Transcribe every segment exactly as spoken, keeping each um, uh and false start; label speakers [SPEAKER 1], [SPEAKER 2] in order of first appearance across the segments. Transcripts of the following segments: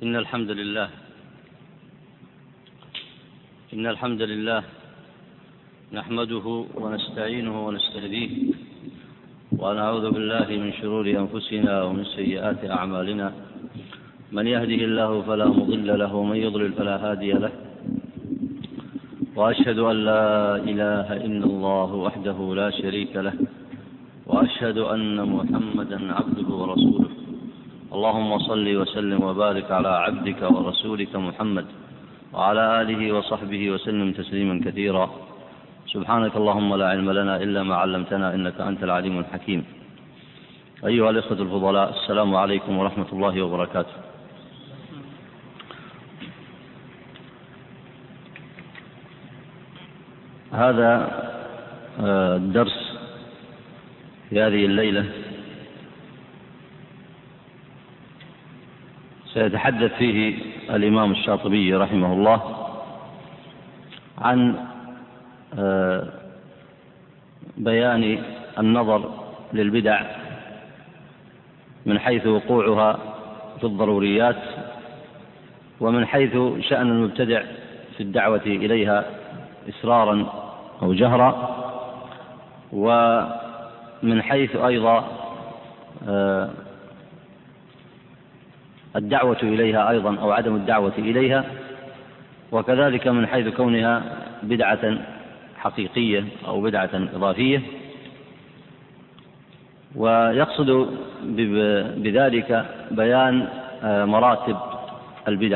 [SPEAKER 1] إن الحمد لله إن الحمد لله نحمده ونستعينه ونستهديه ونعوذ بالله من شرور أنفسنا ومن سيئات أعمالنا. من يهده الله فلا مضل له ومن يضلل فلا هادي له، وأشهد أن لا إله إلا الله وحده لا شريك له، وأشهد أن محمدا عبده ورسوله. اللهم صل وسلم وبارك على عبدك ورسولك محمد وعلى آله وصحبه وسلم تسليما كثيرا. سبحانك اللهم لا علم لنا إلا ما علمتنا إنك أنت العليم الحكيم. أيها الإخوة الفضلاء، السلام عليكم ورحمة الله وبركاته. هذا الدرس في هذه الليلة سيتحدث فيه الإمام الشاطبي رحمه الله عن بيان النظر للبدع من حيث وقوعها في الضروريات، ومن حيث شأن المبتدع في الدعوة إليها إصرارا أو جهرا، ومن حيث أيضا الدعوة إليها أيضا أو عدم الدعوة إليها، وكذلك من حيث كونها بدعة حقيقية أو بدعة إضافية. ويقصد بذلك بيان مراتب البدع،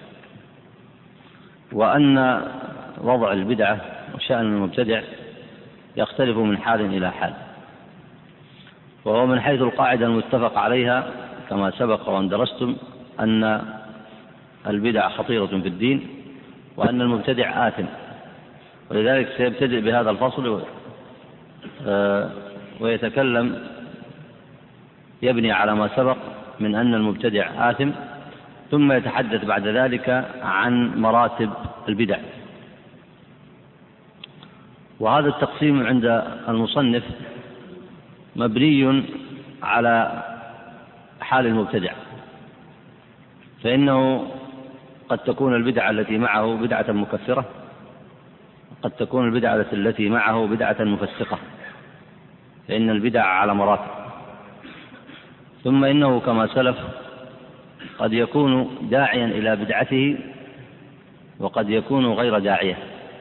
[SPEAKER 1] وأن وضع البدعة وشأن المبتدع يختلف من حال إلى حال. وهو من حيث القاعدة المتفق عليها كما سبق وأن درستم أن البدع خطيرة في الدين، وأن المبتدع آثم. ولذلك سيبتدئ بهذا الفصل ويتكلم يبني على ما سبق من أن المبتدع آثم، ثم يتحدث بعد ذلك عن مراتب البدع. وهذا التقسيم عند المصنف مبني على حال المبتدع، فإنه قد تكون البدعة التي معه بدعة مكفرة، قد تكون البدعة التي معه بدعة مفسقة، فإن البدع على مراتب. ثم إنه كما سلف قد يكون داعيا إلى بدعته وقد يكون غير داعية.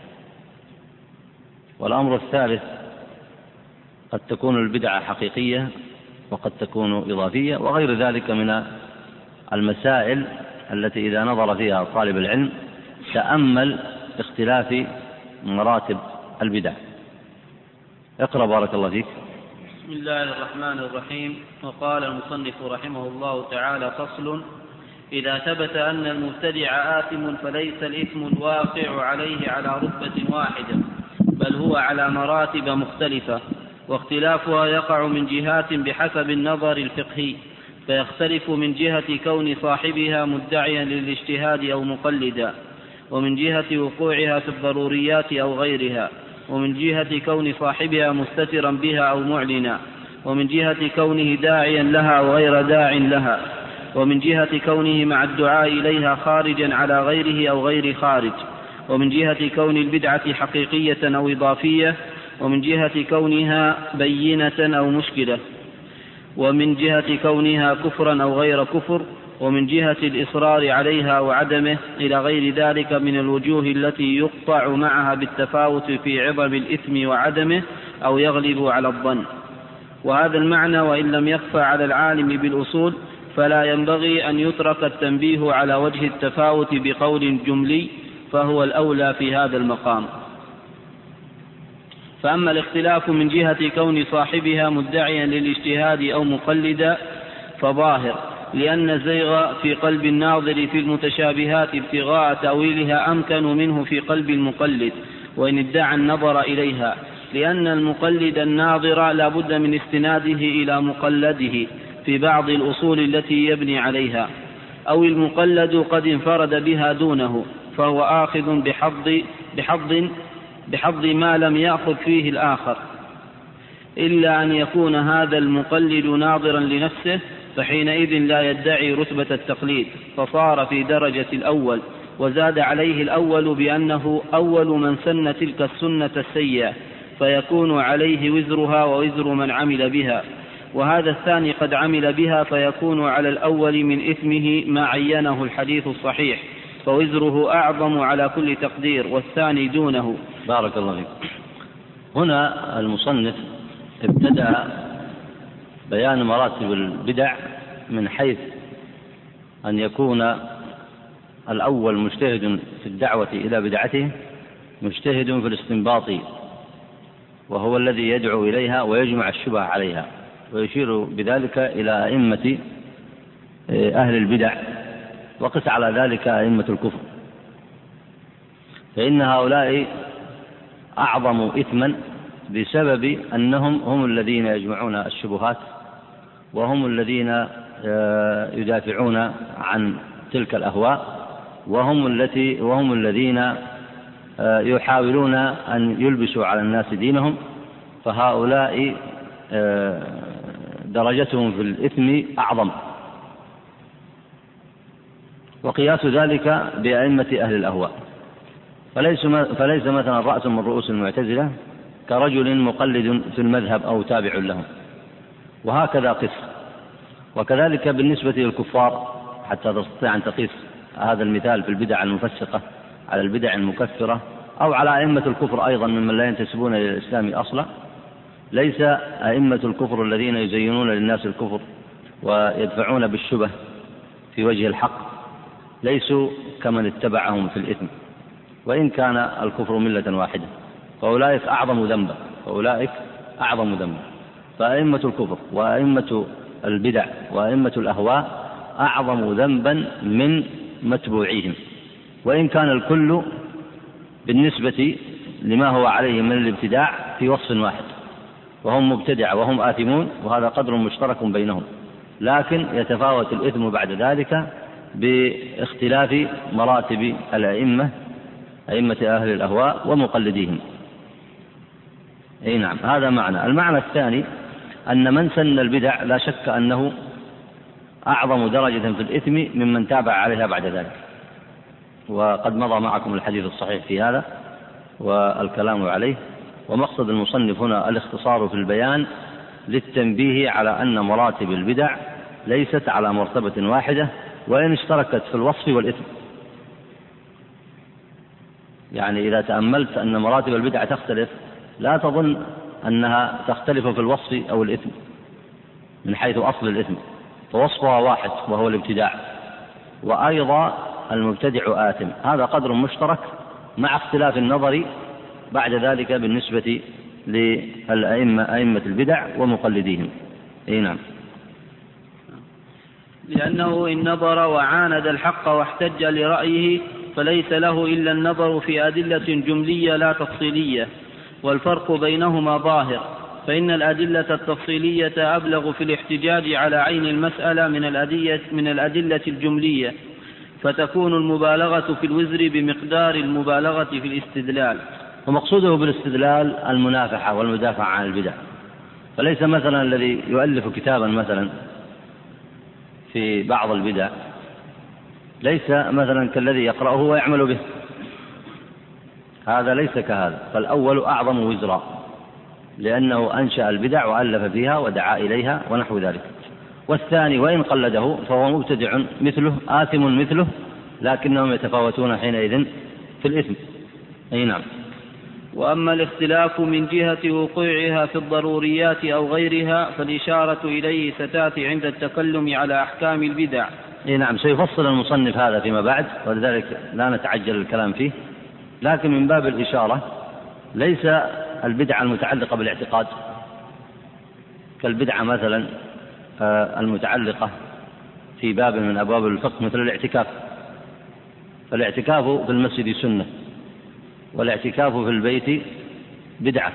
[SPEAKER 1] والأمر الثالث قد تكون البدعة حقيقية وقد تكون إضافية، وغير ذلك من المسائل التي إذا نظر فيها طالب العلم تأمل اختلاف مراتب البدع. اقرأ بارك الله فيك.
[SPEAKER 2] بسم الله الرحمن الرحيم. وقال المصنف رحمه الله تعالى: فصل: إذا ثبت أن المبتدع آثم فليس الإثم الواقع عليه على رتبة واحدة، بل هو على مراتب مختلفة، واختلافها يقع من جهات بحسب النظر الفقهي، فيختلف من جهة كون صاحبها مدعيا للاجتهاد أو مقلدا، ومن جهة وقوعها في الضروريات أو غيرها، ومن جهة كون صاحبها مستترا بها أو معلنا، ومن جهة كونه داعيا لها أو غير داع لها، ومن جهة كونه مع الدعاء إليها خارجا على غيره أو غير خارج، ومن جهة كون البدعة حقيقية أو إضافية، ومن جهة كونها بينة أو مشكلة، ومن جهة كونها كفرا أو غير كفر، ومن جهة الإصرار عليها وعدمه، إلى غير ذلك من الوجوه التي يقطع معها بالتفاوت في عظم الإثم وعدمه أو يغلب على الظن. وهذا المعنى وإن لم يخفى على العالم بالأصول فلا ينبغي أن يترك التنبيه على وجه التفاوت بقول جملي، فهو الأولى في هذا المقام. فأما الاختلاف من جهة كون صاحبها مدعيا للاجتهاد أو مقلدا فظاهر، لأن الزيغ في قلب الناظر في المتشابهات ابتغاء تأويلها أمكن منه في قلب المقلد وإن ادعى النظر إليها، لأن المقلد الناظر لا بد من استناده إلى مقلده في بعض الأصول التي يبني عليها، أو المقلد قد انفرد بها دونه فهو آخذ بحظ, بحظ, بحظ ما لم يأخذ فيه الآخر، إلا أن يكون هذا المقلد ناظرا لنفسه فحينئذ لا يدعي رتبة التقليد، فصار في درجة الأول، وزاد عليه الأول بأنه أول من سن تلك السنة السيئة، فيكون عليه وزرها ووزر من عمل بها، وهذا الثاني قد عمل بها، فيكون على الأول من إثمه ما عينه الحديث الصحيح، فوزره أعظم على كل تقدير، والثاني دونه.
[SPEAKER 1] بارك الله فيك. هنا المصنف ابتدأ بيان مراتب البدع من حيث أن يكون الأول مجتهد في الدعوة إلى بدعته، مجتهد في الاستنباط، وهو الذي يدعو إليها ويجمع الشبه عليها، ويشير بذلك إلى أئمة أهل البدع، وقس على ذلك أئمة الكفر، فإن هؤلاء أعظم إثما بسبب أنهم هم الذين يجمعون الشبهات، وهم الذين يدافعون عن تلك الأهواء، وهم التي وهم الذين يحاولون أن يلبسوا على الناس دينهم، فهؤلاء درجتهم في الإثم أعظم. وقياس ذلك بأئمة أهل الأهواء، فليس فليس مثلا رأس من رؤوس المعتزلة كرجل مقلد في المذهب أو تابع لهم، وهكذا قس. وكذلك بالنسبة للكفار، حتى تستطيع أن تقيس هذا المثال في البدع المفسقة على البدع المكفرة، أو على أئمة الكفر أيضا ممن لا ينتسبون إلى الإسلام أصلا. ليس أئمة الكفر الذين يزينون للناس الكفر ويدفعون بالشبه في وجه الحق ليسوا كمن اتبعهم في الإثم، وإن كان الكفر ملة واحدة، فأولئك أعظم ذنبا فأولئك أعظم ذنبا فأئمة الكفر وأئمة البدع وأئمة الأهواء أعظم ذنبا من متبوعيهم، وإن كان الكل بالنسبة لما هو عليه من الابتداع في وصف واحد، وهم مبتدع وهم آثمون، وهذا قدر مشترك بينهم، لكن يتفاوت الإثم بعد ذلك باختلاف مراتب الأئمة، أئمة أهل الأهواء ومقلديهم. أي نعم، هذا معنى. المعنى الثاني أن من سن البدع لا شك أنه أعظم درجة في الإثم ممن تابع عليها بعد ذلك، وقد مضى معكم الحديث الصحيح في هذا والكلام عليه. ومقصد المصنف هنا الاختصار في البيان للتنبيه على أن مراتب البدع ليست على مرتبة واحدة، وإن اشتركت في الوصف والإثم. يعني إذا تأملت أن مراتب البدع تختلف، لا تظن أنها تختلف في الوصف أو الإثم من حيث أصل الإثم، فوصفها واحد وهو الابتداع، وأيضا المبتدع آثم، هذا قدر مشترك مع اختلاف النظر بعد ذلك بالنسبة للأئمة أئمة البدع ومقلديهم. أي نعم.
[SPEAKER 2] لأنه إن نظر وعاند الحق واحتج لرأيه فليس له إلا النظر في أدلة جملية لا تفصيلية، والفرق بينهما ظاهر، فإن الأدلة التفصيلية أبلغ في الاحتجاج على عين المسألة من الأدلة, من الأدلة الجملية، فتكون المبالغة في الوزر بمقدار المبالغة في الاستدلال.
[SPEAKER 1] ومقصوده بالاستدلال المنافحة والمدافع عن البدع، فليس مثلا الذي يؤلف كتابا مثلا في بعض البدع ليس مثلا كالذي يقرأه ويعمل به، هذا ليس كهذا، فالأول أعظم وزرا لأنه أنشأ البدع وألف فيها ودعا إليها ونحو ذلك، والثاني وإن قلده فهو مبتدع مثله آثم مثله، لكنهم يتفاوتون حينئذ في الإثم. أي نعم.
[SPEAKER 2] وأما الاختلاف من جهة وقوعها في الضروريات أو غيرها فالإشارة إليه ستأتي عند التكلم على أحكام البدع.
[SPEAKER 1] أي نعم، سيفصل المصنف هذا فيما بعد، ولذلك لا نتعجل الكلام فيه، لكن من باب الإشارة ليس البدعة المتعلقة بالاعتقاد كالبدعة مثلا المتعلقة في باب من أبواب الفقه مثل الاعتكاف، فالاعتكاف في المسجد سنة، والاعتكاف في البيت بدعة،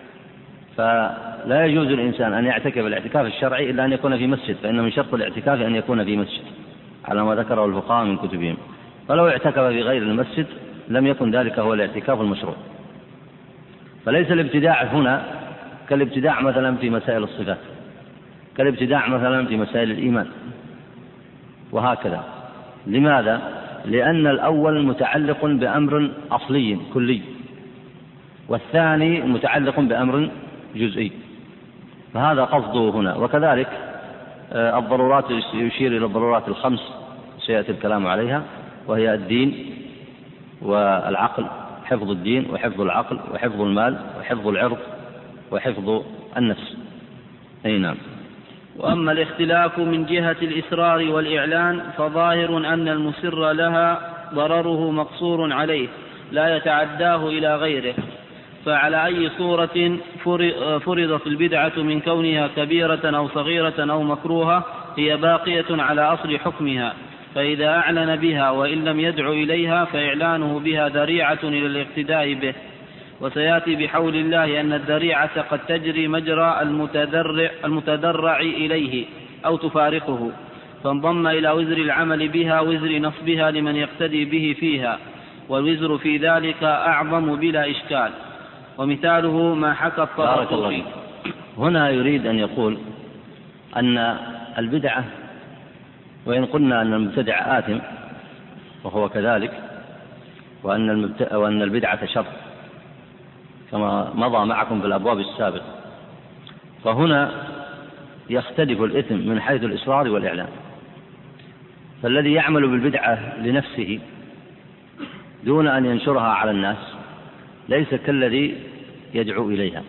[SPEAKER 1] فلا يجوز الإنسان أن يعتكف الاعتكاف الشرعي إلا أن يكون في مسجد، فإن من شرط الاعتكاف أن يكون في مسجد على ما ذكره الفقهاء من كتبهم، فلو اعتكف في غير المسجد لم يكن ذلك هو الاعتكاف المشروع. فليس الابتداع هنا كالابتداع مثلا في مسائل الصفات، كالابتداع مثلا في مسائل الإيمان وهكذا. لماذا؟ لأن الأول متعلق بأمر أصلي كلي، والثاني متعلق بأمر جزئي، فهذا قصده هنا. وكذلك الضرورات يشير إلى الضرورات الخمس سيأتي الكلام عليها، وهي الدين والعقل، حفظ الدين وحفظ العقل وحفظ المال وحفظ العرض وحفظ النفس. أي نعم.
[SPEAKER 2] وأما الاختلاف من جهة الإسرار والإعلان فظاهر أن المسر لها ضرره مقصور عليه لا يتعداه إلى غيره، فعلى أي صورة فرضت البدعة من كونها كبيرة أو صغيرة أو مكروهة هي باقية على أصل حكمها، فإذا أعلن بها وإن لم يدع إليها فإعلانه بها ذريعة إلى الاقتداء به. وسيأتي بحول الله أن الذريعة قد تجري مجرى المتدرع, المتدرع إليه أو تفارقه، فانضم إلى وزر العمل بها وزر نصبها لمن يقتدي به فيها، والوزر في ذلك أعظم بلا إشكال. ومثاله ما حكى الطرطوسي.
[SPEAKER 1] هنا يريد أن يقول أن البدعة، وإن قلنا أن المبتدع آثم وهو كذلك، وأن, وأن البدعة شر كما مضى معكم في الأبواب السابقة، فهنا يختلف الإثم من حيث الإصرار والإعلان. فالذي يعمل بالبدعة لنفسه دون أن ينشرها على الناس ليس كالذي يدعو إليها.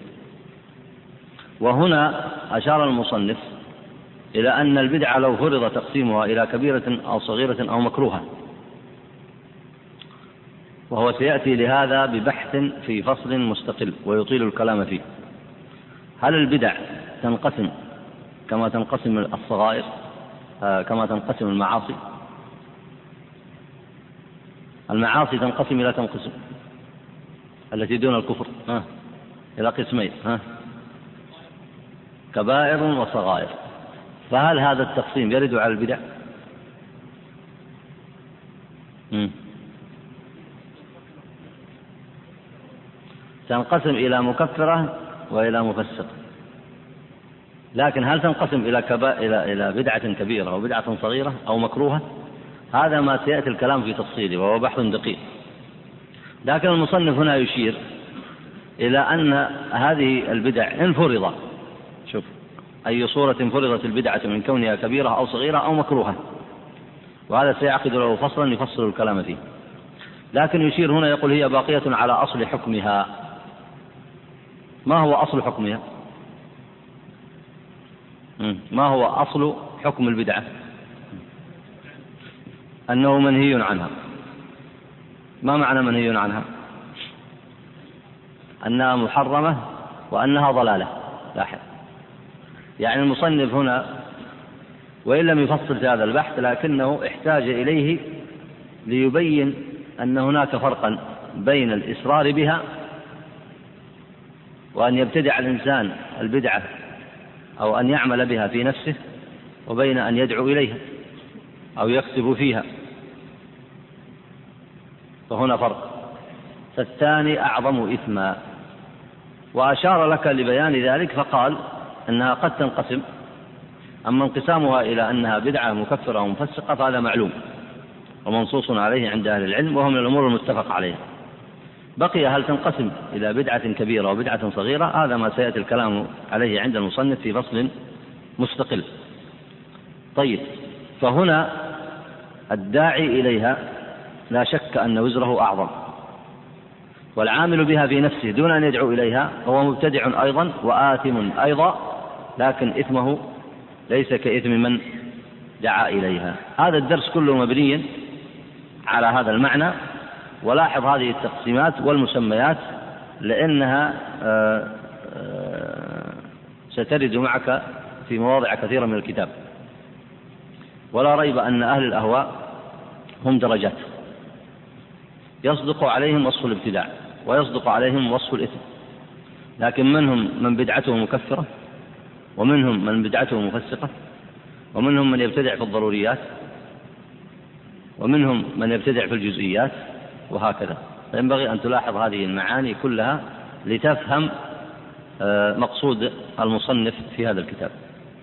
[SPEAKER 1] وهنا أشار المصنف إلى أن البدعة لو فرض تقسيمها إلى كبيرة أو صغيرة أو مكروهة، وهو سيأتي لهذا ببحث في فصل مستقل ويطيل الكلام فيه. هل البدع تنقسم كما تنقسم الصغائر آه كما تنقسم المعاصي؟ المعاصي تنقسم إلى كم قسم؟ التي دون الكفر ها إلى قسمين، ها كبائر وصغائر. فهل هذا التقسيم يرد على البدع؟ مم. تنقسم إلى مكفرة وإلى مفسقة، لكن هل تنقسم إلى كبا... إلى إلى بدعة كبيرة أو بدعة صغيرة أو مكروهة؟ هذا ما سيأتي الكلام في تفصيله وهو بحث دقيق. لكن المصنف هنا يشير إلى أن هذه البدع إن فرض، شوف أي صورة فرضت البدعة من كونها كبيرة أو صغيرة أو مكروهة، وهذا سيعقد له فصلا يفصل الكلام فيه. لكن يشير هنا يقول هي باقية على أصل حكمها. ما هو أصل حكمها؟ ما هو أصل حكم البدعة؟ أنه منهي عنها. ما معنى منهي عنها؟ أنها محرمة وأنها ضلالة. لاحظ، يعني المصنف هنا وإن لم يفصل في هذا البحث لكنه احتاج إليه ليبين أن هناك فرقا بين الإصرار بها وأن يبتدع الإنسان البدعة أو أن يعمل بها في نفسه، وبين أن يدعو إليها أو يكسب فيها، فهنا فرق. فالثاني أعظم إثما، وأشار لك لبيان ذلك فقال أنها قد تنقسم. أما انقسامها إلى أنها بدعة مكفرة ومفسقة فهذا معلوم ومنصوص عليه عند أهل العلم وهو من الأمور المتفق عليها. بقي هل تنقسم إلى بدعة كبيرة وبدعة صغيرة؟ هذا ما سيأتي الكلام عليه عند المصنف في فصل مستقل. طيب، فهنا الداعي إليها لا شك أن وزره أعظم، والعامل بها في نفسه دون أن يدعو إليها هو مبتدع أيضا وآثم أيضا، لكن إثمه ليس كإثم من دعا إليها. هذا الدرس كله مبني على هذا المعنى. ولاحظ هذه التقسيمات والمسميات لأنها سترد معك في مواضع كثيرة من الكتاب. ولا ريب أن أهل الأهواء هم درجات، يصدق عليهم وصف الابتداع ويصدق عليهم وصف الإثم، لكن منهم من بدعته مكفرة، ومنهم من بدعته مفسقة، ومنهم من يبتدع في الضروريات، ومنهم من يبتدع في الجزئيات، وهكذا. فينبغي أن تلاحظ هذه المعاني كلها لتفهم مقصود المصنف في هذا الكتاب.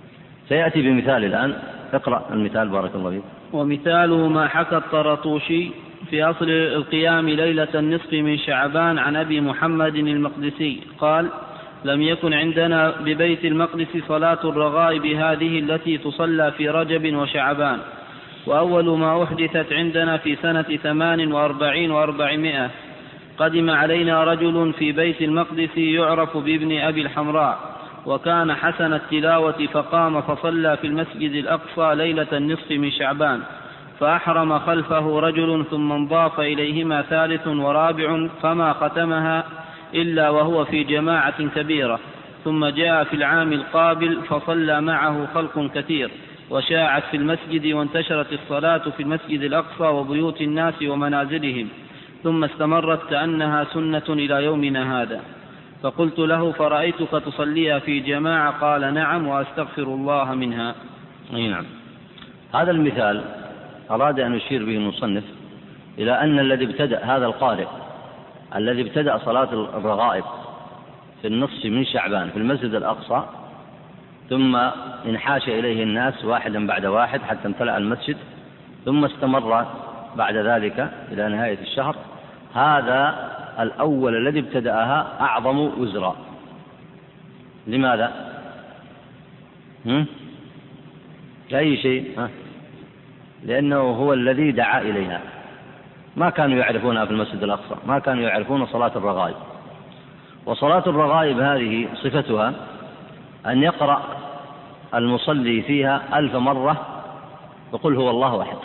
[SPEAKER 1] سيأتي بمثال الآن. اقرأ المثال بارك الله فيك.
[SPEAKER 2] ومثاله ما حكى الطرطوشي في أصل القيام ليلة النصف من شعبان عن أبي محمد المقدسي قال: لم يكن عندنا ببيت المقدس صلاة الرغائب هذه التي تصلى في رجب وشعبان، وأول ما أحدثت عندنا في سنة ثمان وأربعين وأربعمائة. قدم علينا رجل في بيت المقدس يعرف بابن أبي الحمراء، وكان حسن التلاوة، فقام فصلى في المسجد الأقصى ليلة النصف من شعبان، فأحرم خلفه رجل ثم انضاف إليهما ثالث ورابع، فما ختمها إلا وهو في جماعة كبيرة، ثم جاء في العام القابل فصلى معه خلق كثير، وشاعت في المسجد وانتشرت الصلاة في المسجد الأقصى وبيوت الناس ومنازلهم، ثم استمرت كأنها سنة إلى يومنا هذا. فقلت له: فرأيتك تصليها في جماعة؟ قال: نعم، وأستغفر الله منها.
[SPEAKER 1] أي نعم. هذا المثال أراد أن يشير به المصنف إلى أن الذي ابتدأ هذا القارئ الذي ابتدأ صلاة الرغائب في النصف من شعبان في المسجد الأقصى، ثم انحاش إليه الناس واحدا بعد واحد حتى امتلأ المسجد، ثم استمر بعد ذلك إلى نهاية الشهر، هذا الأول الذي ابتدأها أعظم وزرا. لماذا؟ هم؟ لأي شيء؟ ها؟ لأنه هو الذي دعا إليها. ما كانوا يعرفونها في المسجد الأقصى، ما كانوا يعرفون صلاة الرغائب. وصلاة الرغائب هذه صفتها أن يقرأ المصلي فيها ألف مرة وقل هو الله أحد.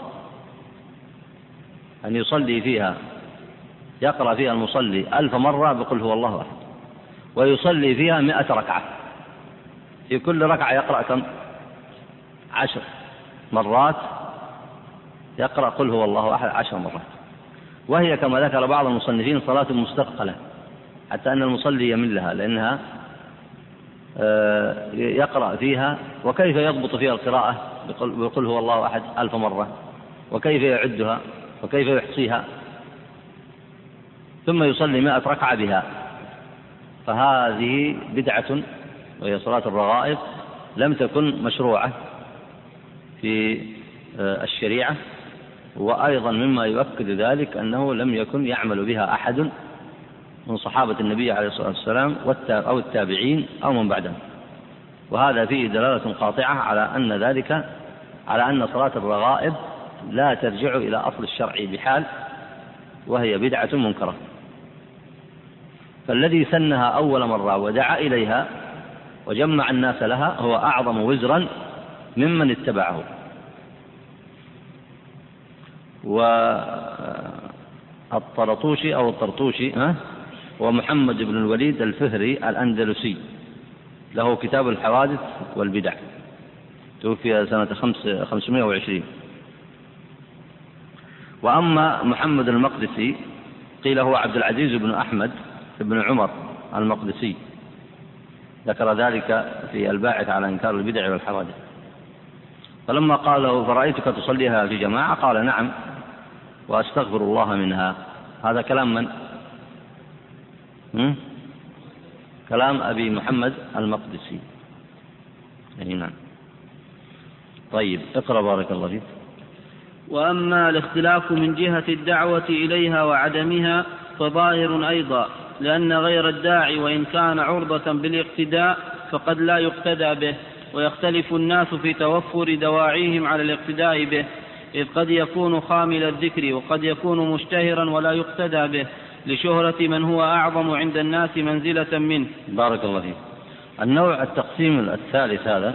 [SPEAKER 1] أن يصلي فيها يقرأ فيها المصلي ألف مرة بقل هو الله أحد، ويصلي فيها مئة ركعة، في كل ركعة يقرأ كم؟ عشر مرات، يقرأ قل هو الله أحد عشر مرات. وهي كما ذكر بعض المصنفين صلاة مستثقلة، حتى أن المصلي يمل لها، لأنها يقرأ فيها، وكيف يضبط فيها القراءة بقل هو الله أحد ألف مرة، وكيف يعدها وكيف يحصيها، ثم يصلي مائة ركعة بها. فهذه بدعة، وهي صلاة الرغائب لم تكن مشروعة في الشريعة. وأيضا مما يؤكد ذلك أنه لم يكن يعمل بها أحد من صحابة النبي عليه الصلاة والسلام أو التابعين أو من بعدهم. وهذا فيه دلالة قاطعة على أن ذلك على أن صلاة الرغائب لا ترجع إلى أصل الشرع بحال، وهي بدعة منكرة. فالذي سنها أول مرة ودعا إليها وجمع الناس لها هو أعظم وزرا ممن اتبعه. والطرطوشي أو الطرطوشي هو محمد بن الوليد الفهري الأندلسي، له كتاب الحوادث والبدع، توفي سنة خمسمائة وعشرين. وأما محمد المقدسي قيل هو عبد العزيز بن أحمد بن عمر المقدسي، ذكر ذلك في الباعث على إنكار البدع والحوادث. فلما قال له: فرأيتك تصليها في جماعة؟ قال: نعم، وأستغفر الله منها. هذا كلام من؟ هم؟ كلام أبي محمد المقدسي. أي نعم. طيب، اقرأ بارك الله فيك.
[SPEAKER 2] وأما الاختلاف من جهة الدعوة إليها وعدمها فظاهر أيضا، لأن غير الداعي وإن كان عرضة بالاقتداء فقد لا يقتدى به، ويختلف الناس في توفر دواعيهم على الاقتداء به، إذ قد يكون خامل الذكر وقد يكون مشتهرا ولا يقتدى به لشهرة من هو أعظم عند الناس منزلة منه.
[SPEAKER 1] بارك الله فيك. النوع التقسيم الثالث هذا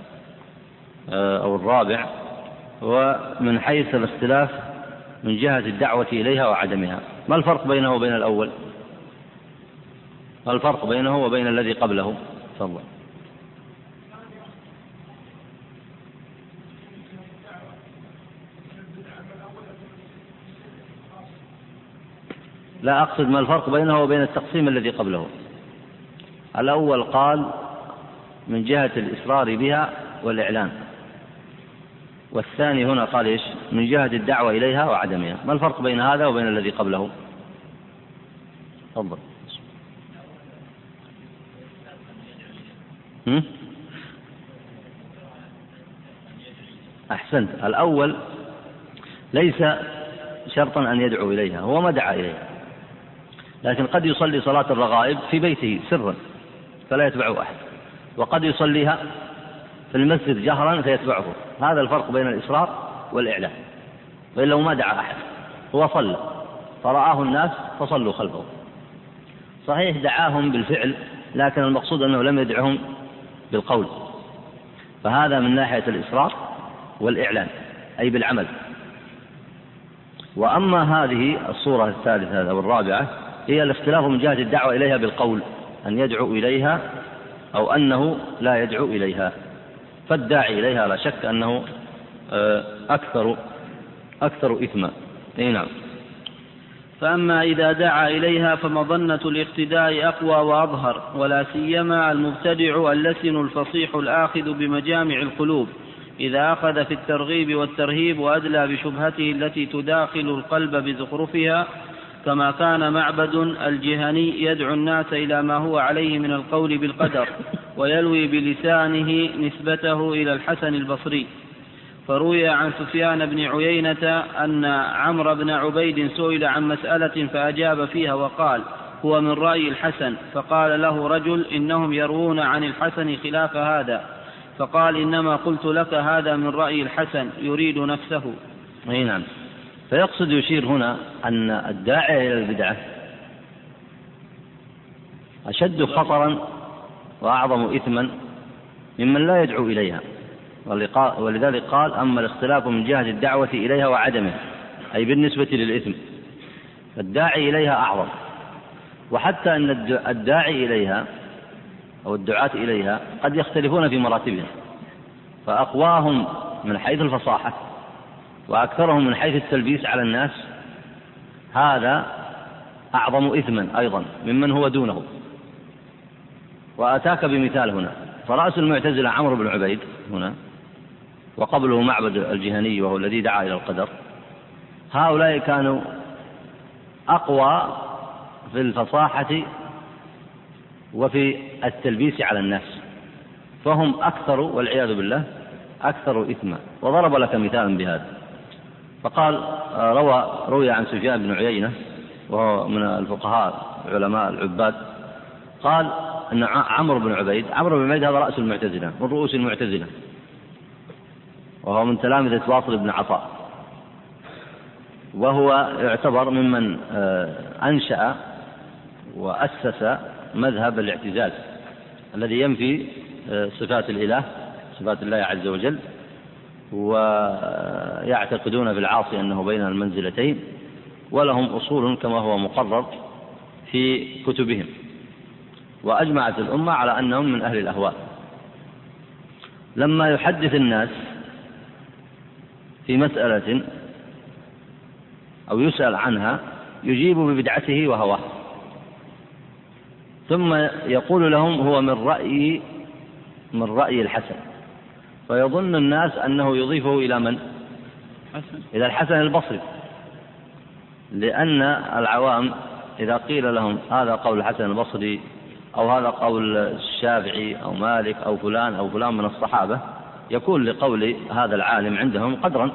[SPEAKER 1] أو الرابع هو من حيث الاختلاف من جهة الدعوة إليها وعدمها. ما الفرق بينه وبين الأول؟ ما الفرق بينه وبين الذي قبله؟ تفضل. لا، أقصد ما الفرق بينه وبين التقسيم الذي قبله. الأول قال من جهة الإصرار بها والإعلان، والثاني هنا قال إيش؟ من جهة الدعوة إليها وعدمها. ما الفرق بين هذا وبين الذي قبله؟ تفضل. هم؟ أحسنت. الأول ليس شرطا أن يدعو إليها، هو ما دعا إليها، لكن قد يصلي صلاة الرغائب في بيته سرا فلا يتبعه أحد، وقد يصليها في المسجد جهرا فيتبعه. هذا الفرق بين الإصرار والإعلان. وإلا ما دعا أحد، هو صلى فرآه الناس فصلوا خلفه، صحيح دعاهم بالفعل، لكن المقصود أنه لم يدعهم بالقول، فهذا من ناحية الإصرار والإعلان أي بالعمل. وأما هذه الصورة الثالثة أو الرابعة هي الاختلاف من جهة الدعوة إليها بالقول، أن يدعو إليها أو أنه لا يدعو إليها. فالداعي إليها لا شك أنه أكثر أكثر إثما. أي نعم.
[SPEAKER 2] فأما إذا دعا إليها فمظنة الاقتداء أقوى وأظهر، ولا سيما المبتدع اللسن الفصيح الآخذ بمجامع القلوب إذا أخذ في الترغيب والترهيب وأدلى بشبهته التي تداخل القلب بزخرفها، كما كان معبد الجهني يدعو الناس إلى ما هو عليه من القول بالقدر، ويلوي بلسانه نسبته إلى الحسن البصري. فروي عن سفيان بن عيينة أن عمرو بن عبيد سئل عن مسألة فأجاب فيها وقال هو من رأي الحسن، فقال له رجل إنهم يروون عن الحسن خلاف هذا، فقال إنما قلت لك هذا من رأي الحسن يريد نفسه.
[SPEAKER 1] أي نعم. فيقصد يشير هنا أن الداعي إلى البدعة أشد خطرا وأعظم إثما ممن لا يدعو إليها، ولذلك قال أما الاختلاف من جهة الدعوة إليها وعدمه، أي بالنسبة للإثم، فالداعي إليها أعظم. وحتى أن الداعي إليها أو الدعاة إليها قد يختلفون في مراتبها، فأقواهم من حيث الفصاحة وأكثرهم من حيث التلبيس على الناس هذا أعظم إثما أيضا ممن هو دونه. وأتاك بمثال هنا، فرأس المعتزلة عمرو بن عبيد هنا، وقبله معبد الجهني وهو الذي دعا إلى القدر، هؤلاء كانوا أقوى في الفصاحة وفي التلبيس على الناس، فهم أكثر والعياذ بالله أكثر إثما. وضرب لك مثالا بهذا، فقال روى روي عن سفيان بن عيينة وهو من الفقهاء علماء العباد، قال أن عمرو بن عبيد عمرو بن عبيد هذا رأس المعتزلة من رؤوس المعتزلة، وهو من تلامذة واصل بن عطاء، وهو يعتبر ممن أنشأ وأسس مذهب الاعتزال الذي ينفي صفات الإله صفات الله عز وجل، ويعتقدون بالعاصي أنه بين المنزلتين، ولهم أصول كما هو مقرر في كتبهم، وأجمعت الأمة على أنهم من أهل الأهواء. لما يحدث الناس في مسألة أو يسأل عنها يجيب ببدعته وهواه، ثم يقول لهم هو من رأي من رأي الحسن، فيظن الناس أنه يضيفه إلى من؟ إلى الحسن البصري، لأن العوام إذا قيل لهم هذا قول الحسن البصري أو هذا قول الشافعي أو مالك أو فلان أو فلان من الصحابة، يكون لقول هذا العالم عندهم قدرا،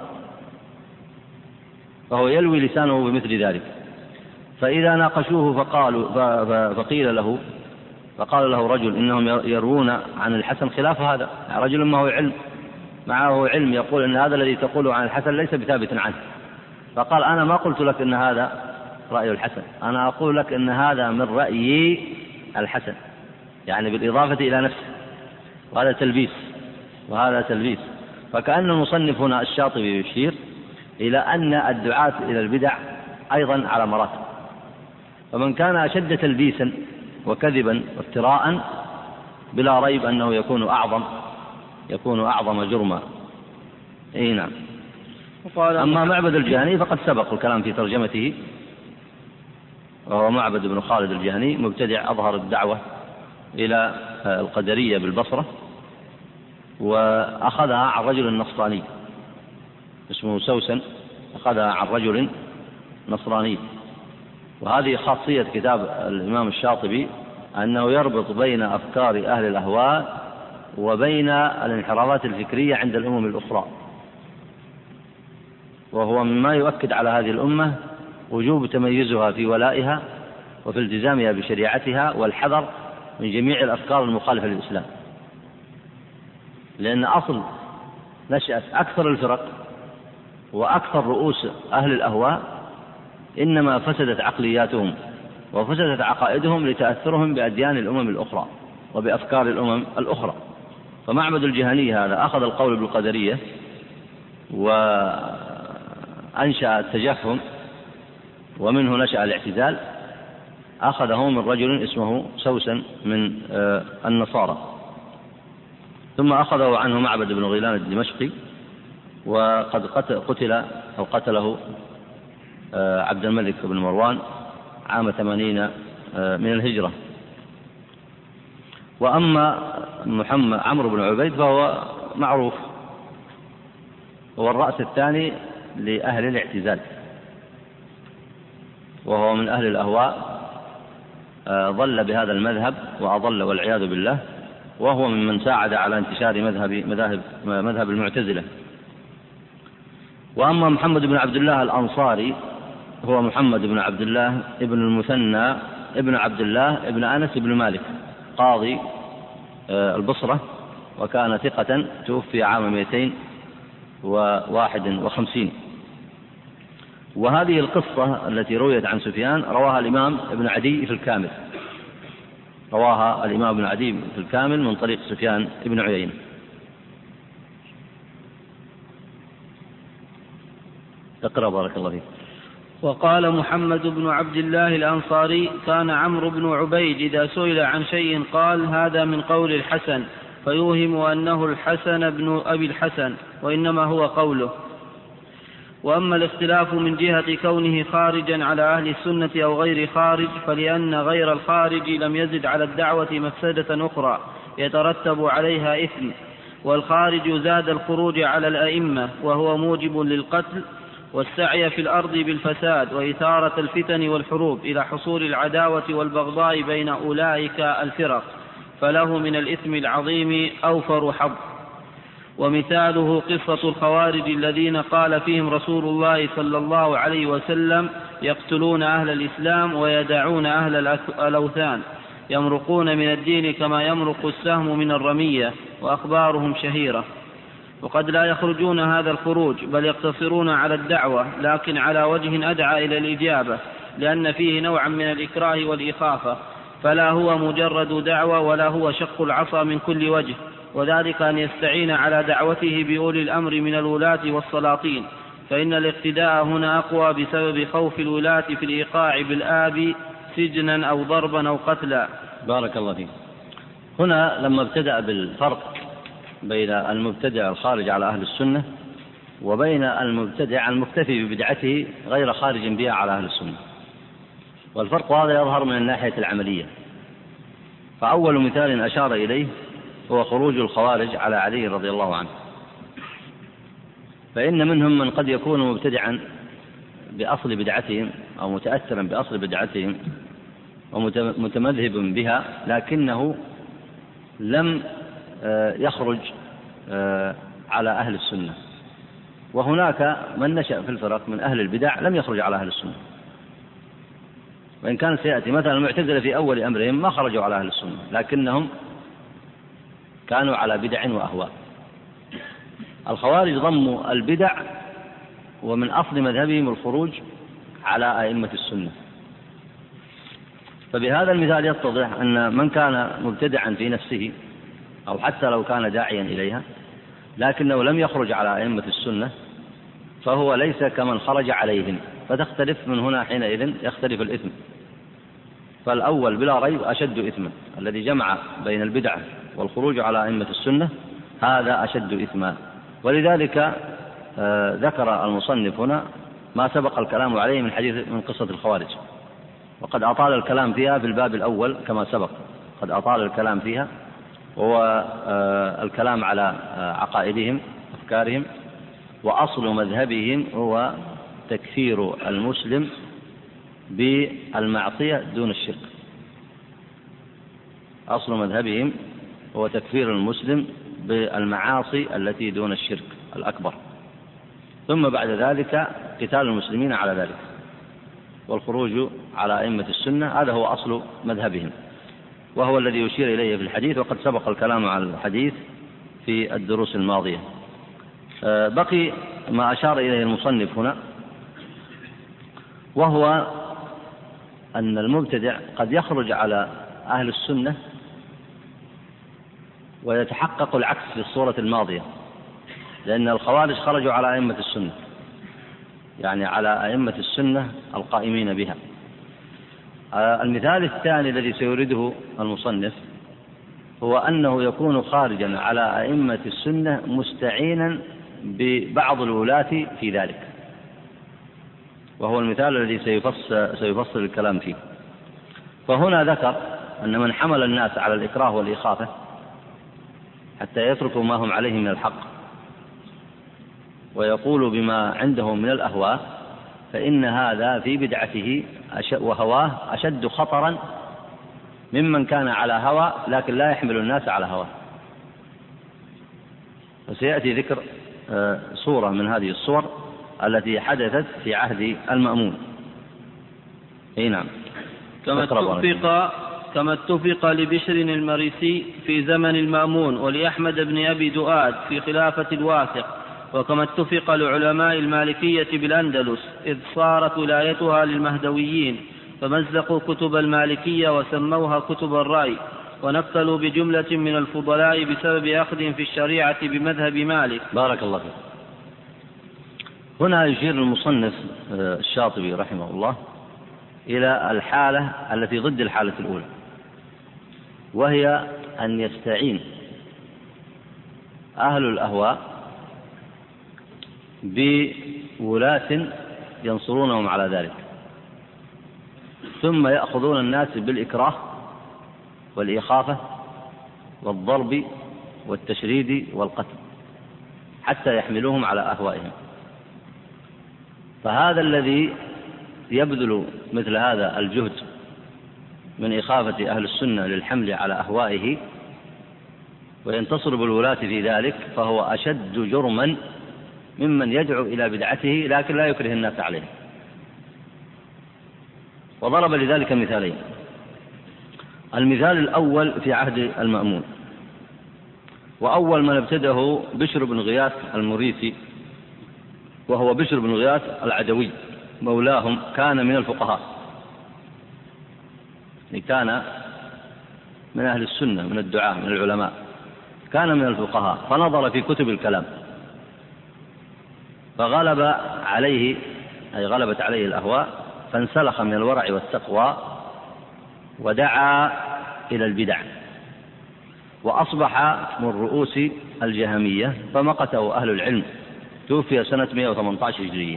[SPEAKER 1] فهو يلوي لسانه بمثل ذلك. فإذا ناقشوه فقالوا فقيل له فقال له رجل إنهم يروون عن الحسن خلاف هذا، رجل ما هو علم معه علم يقول إن هذا الذي تقوله عن الحسن ليس بثابت عنه، فقال أنا ما قلت لك إن هذا رأي الحسن، أنا أقول لك إن هذا من رأي الحسن، يعني بالإضافة إلى نفسه، وهذا تلبيس وهذا تلبيس. فكأن المصنف هنا الشاطبي يشير إلى أن الدعاة إلى البدع أيضا على مراتب، فمن كان أشد تلبيسا وكذبا وافتراء بلا ريب أنه يكون أعظم يكون أعظم جرما. إيه نعم. أما معبد الجهني فقد سبق الكلام في ترجمته، وهو معبد بن خالد الجهني مبتدع أظهر الدعوة إلى القدرية بالبصرة، وأخذها عن رجل نصراني اسمه سوسن، أخذها عن رجل نصراني. وهذه خاصية كتاب الإمام الشاطبي أنه يربط بين أفكار أهل الأهواء وبين الانحرافات الفكرية عند الأمم الأخرى، وهو مما يؤكد على هذه الأمة وجوب تميزها في ولائها وفي التزامها بشريعتها والحذر من جميع الأفكار المخالفة للإسلام، لأن أصل نشأة أكثر الفرق وأكثر رؤوس أهل الأهواء إنما فسدت عقلياتهم وفسدت عقائدهم لتأثرهم بأديان الأمم الأخرى وبأفكار الأمم الأخرى. فمعبد الجهنية هذا أخذ القول بالقدرية وأنشأ التجهم، ومنه نشأ الاعتزال، أخذه من رجل اسمه سوسن من النصارى، ثم أخذه عنه معبد بن غيلان الدمشقي، وقد قتل أو قتله عبد الملك بن مروان عام ثمانين من الهجرة. وأما محمد عمرو بن عبيد فهو معروف، هو الرأس الثاني لأهل الاعتزال، وهو من أهل الأهواء، ضل بهذا المذهب وأضل والعياذ بالله، وهو ممن ساعد على انتشار مذهب مذاهب مذهب المعتزلة. وأما محمد بن عبد الله الأنصاري هو محمد بن عبد الله ابن المثنى ابن عبد الله ابن أنس بن مالك قاضي البصرة، وكان ثقة، توفي عام مئتين وواحد وخمسين. وهذه القصة التي رويت عن سفيان رواها الإمام ابن عدي في الكامل، رواها الإمام ابن عدي في الكامل من طريق سفيان ابن عيينة. اقرأ بارك الله فيك.
[SPEAKER 2] وقال محمد بن عبد الله الأنصاري: كان عمرو بن عبيد إذا سئل عن شيء قال: هذا من قول الحسن، فيوهم أنه الحسن بن أبي الحسن، وإنما هو قوله. وأما الاختلاف من جهة كونه خارجا على أهل السنة أو غير خارج، فلأن غير الخارج لم يزد على الدعوة مفسدة أخرى يترتب عليها إثم، والخارج زاد الخروج على الأئمة وهو موجب للقتل والسعي في الأرض بالفساد وإثارة الفتن والحروب إلى حصول العداوة والبغضاء بين أولئك الفرق، فله من الإثم العظيم أوفر حظ. ومثاله قصة الخوارج الذين قال فيهم رسول الله صلى الله عليه وسلم: يقتلون أهل الإسلام ويدعون أهل الأوثان، يمرقون من الدين كما يمرق السهم من الرمية، وأخبارهم شهيرة. وقد لا يخرجون هذا الخروج، بل يقتصرون على الدعوة، لكن على وجه أدعى إلى الإجابة، لأن فيه نوعا من الإكراه والإخافة، فلا هو مجرد دعوة ولا هو شق العصا من كل وجه، وذلك أن يستعين على دعوته بأولي الأمر من الولاة والسلاطين، فإن الاقتداء هنا أقوى بسبب خوف الولاة في الإيقاع بالآب سجنا أو ضربا أو قتلا.
[SPEAKER 1] بارك الله فيك. هنا لما ابتدأ بالفرق بين المبتدع الخارج على أهل السنة وبين المبتدع المكتفي ببدعته غير خارج بها على أهل السنة، والفرق هذا يظهر من الناحية العملية. فأول مثال أشار إليه هو خروج الخوارج على علي رضي الله عنه، فإن منهم من قد يكون مبتدعا بأصل بدعتهم أو متأثرا بأصل بدعتهم ومتمذهب بها، لكنه لم يخرج على أهل السنة. وهناك من نشأ في الفرق من أهل البدع لم يخرج على أهل السنة، وإن كان سيأتي مثلا المعتزلة في أول أمرهم ما خرجوا على أهل السنة، لكنهم كانوا على بدع وأهواء. الخوارج ضموا البدع، ومن أصل مذهبهم الخروج على أئمة السنة. فبهذا المثال يتضح أن من كان مبتدعا في نفسه أو حتى لو كان داعيا إليها لكنه لم يخرج على أئمة السنة فهو ليس كمن خرج عليهم، فتختلف من هنا حينئذ يختلف الإثم. فالأول بلا ريب أشد إثما، الذي جمع بين البدعة والخروج على أئمة السنة هذا أشد إثما. ولذلك آه ذكر المصنف هنا ما سبق الكلام عليه من حديث من قصة الخوارج، وقد أطال الكلام فيها في الباب الأول كما سبق، قد أطال الكلام فيها، وهو آه الكلام على آه عقائدهم أفكارهم. وأصل مذهبهم هو تكفير المسلم بالمعصية دون الشرك. أصل مذهبهم هو تكفير المسلم بالمعاصي التي دون الشرك الأكبر. ثم بعد ذلك قتال المسلمين على ذلك والخروج على أئمة السنة. هذا هو أصل مذهبهم، وهو الذي يشير إليه في الحديث، وقد سبق الكلام على الحديث في الدروس الماضية. بقي ما أشار إليه المصنف هنا، وهو أن المبتدع قد يخرج على أهل السنة ويتحقق العكس في الصورة الماضية، لأن الخوارج خرجوا على أئمة السنة، يعني على أئمة السنة القائمين بها. المثال الثاني الذي سيريده المصنف هو أنه يكون خارجا على أئمة السنة مستعينا ببعض الولاة في ذلك، وهو المثال الذي سيفصل, سيفصل الكلام فيه. فهنا ذكر أن من حمل الناس على الإكراه والإخافة حتى يتركوا ما هم عليه من الحق ويقول بما عندهم من الأهواء، فإن هذا في بدعته وهواه أشد خطرا ممن كان على هوى لكن لا يحمل الناس على هواه. وسيأتي ذكر صورة من هذه الصور التي حدثت في عهد المأمون. اي نعم.
[SPEAKER 2] كما اتفق كما اتفق لبشر المريسي في زمن المأمون ولأحمد بن أبي دؤاد في خلافة الواثق، وكما اتفق لعلماء المالكية بالأندلس إذ صارت ولايتها للمهدويين، فمزقوا كتب المالكية وسموها كتب الرأي، ونقلوا بجملة من الفضلاء بسبب أخذهم في الشريعة بمذهب مالك.
[SPEAKER 1] بارك الله فيك. هنا يشير المصنف الشاطبي رحمه الله إلى الحالة التي ضد الحالة الأولى، وهي أن يستعين أهل الأهواء بولاة ينصرونهم على ذلك، ثم يأخذون الناس بالإكراه والإخافة والضرب والتشريد والقتل حتى يحملوهم على أهوائهم. فهذا الذي يبذل مثل هذا الجهد من إخافة أهل السنة للحمل على أهوائه وينتصر بالولاة في ذلك، فهو أشد جرما ممن يدعو إلى بدعته لكن لا يكره الناس عليه. وضرب لذلك مثالين. المثال الأول في عهد المأمون، وأول من ابتدأه بشر بن غياث المريسي، وهو بشر بن غياث العدوي مولاهم، كان من الفقهاء، كان من أهل السنة من الدعاة من العلماء، كان من الفقهاء، فنظر في كتب الكلام فغلب عليه أي غلبت عليه الأهواء، فانسلخ من الورع والتقوى ودعا إلى البدع، وأصبح من رؤوس الجهمية، فمقته أهل العلم، توفي سنة مئة وثمانية عشر هجرية.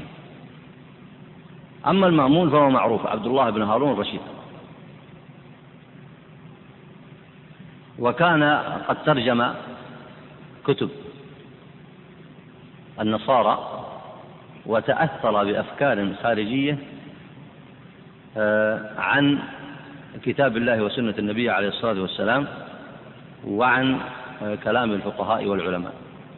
[SPEAKER 1] أما المأمون فهو معروف، عبد الله بن هارون الرشيد، وكان قد ترجم كتب النصارى وتأثر بأفكار خارجية عن كتاب الله وسنة النبي عليه الصلاة والسلام وعن كلام الفقهاء والعلماء،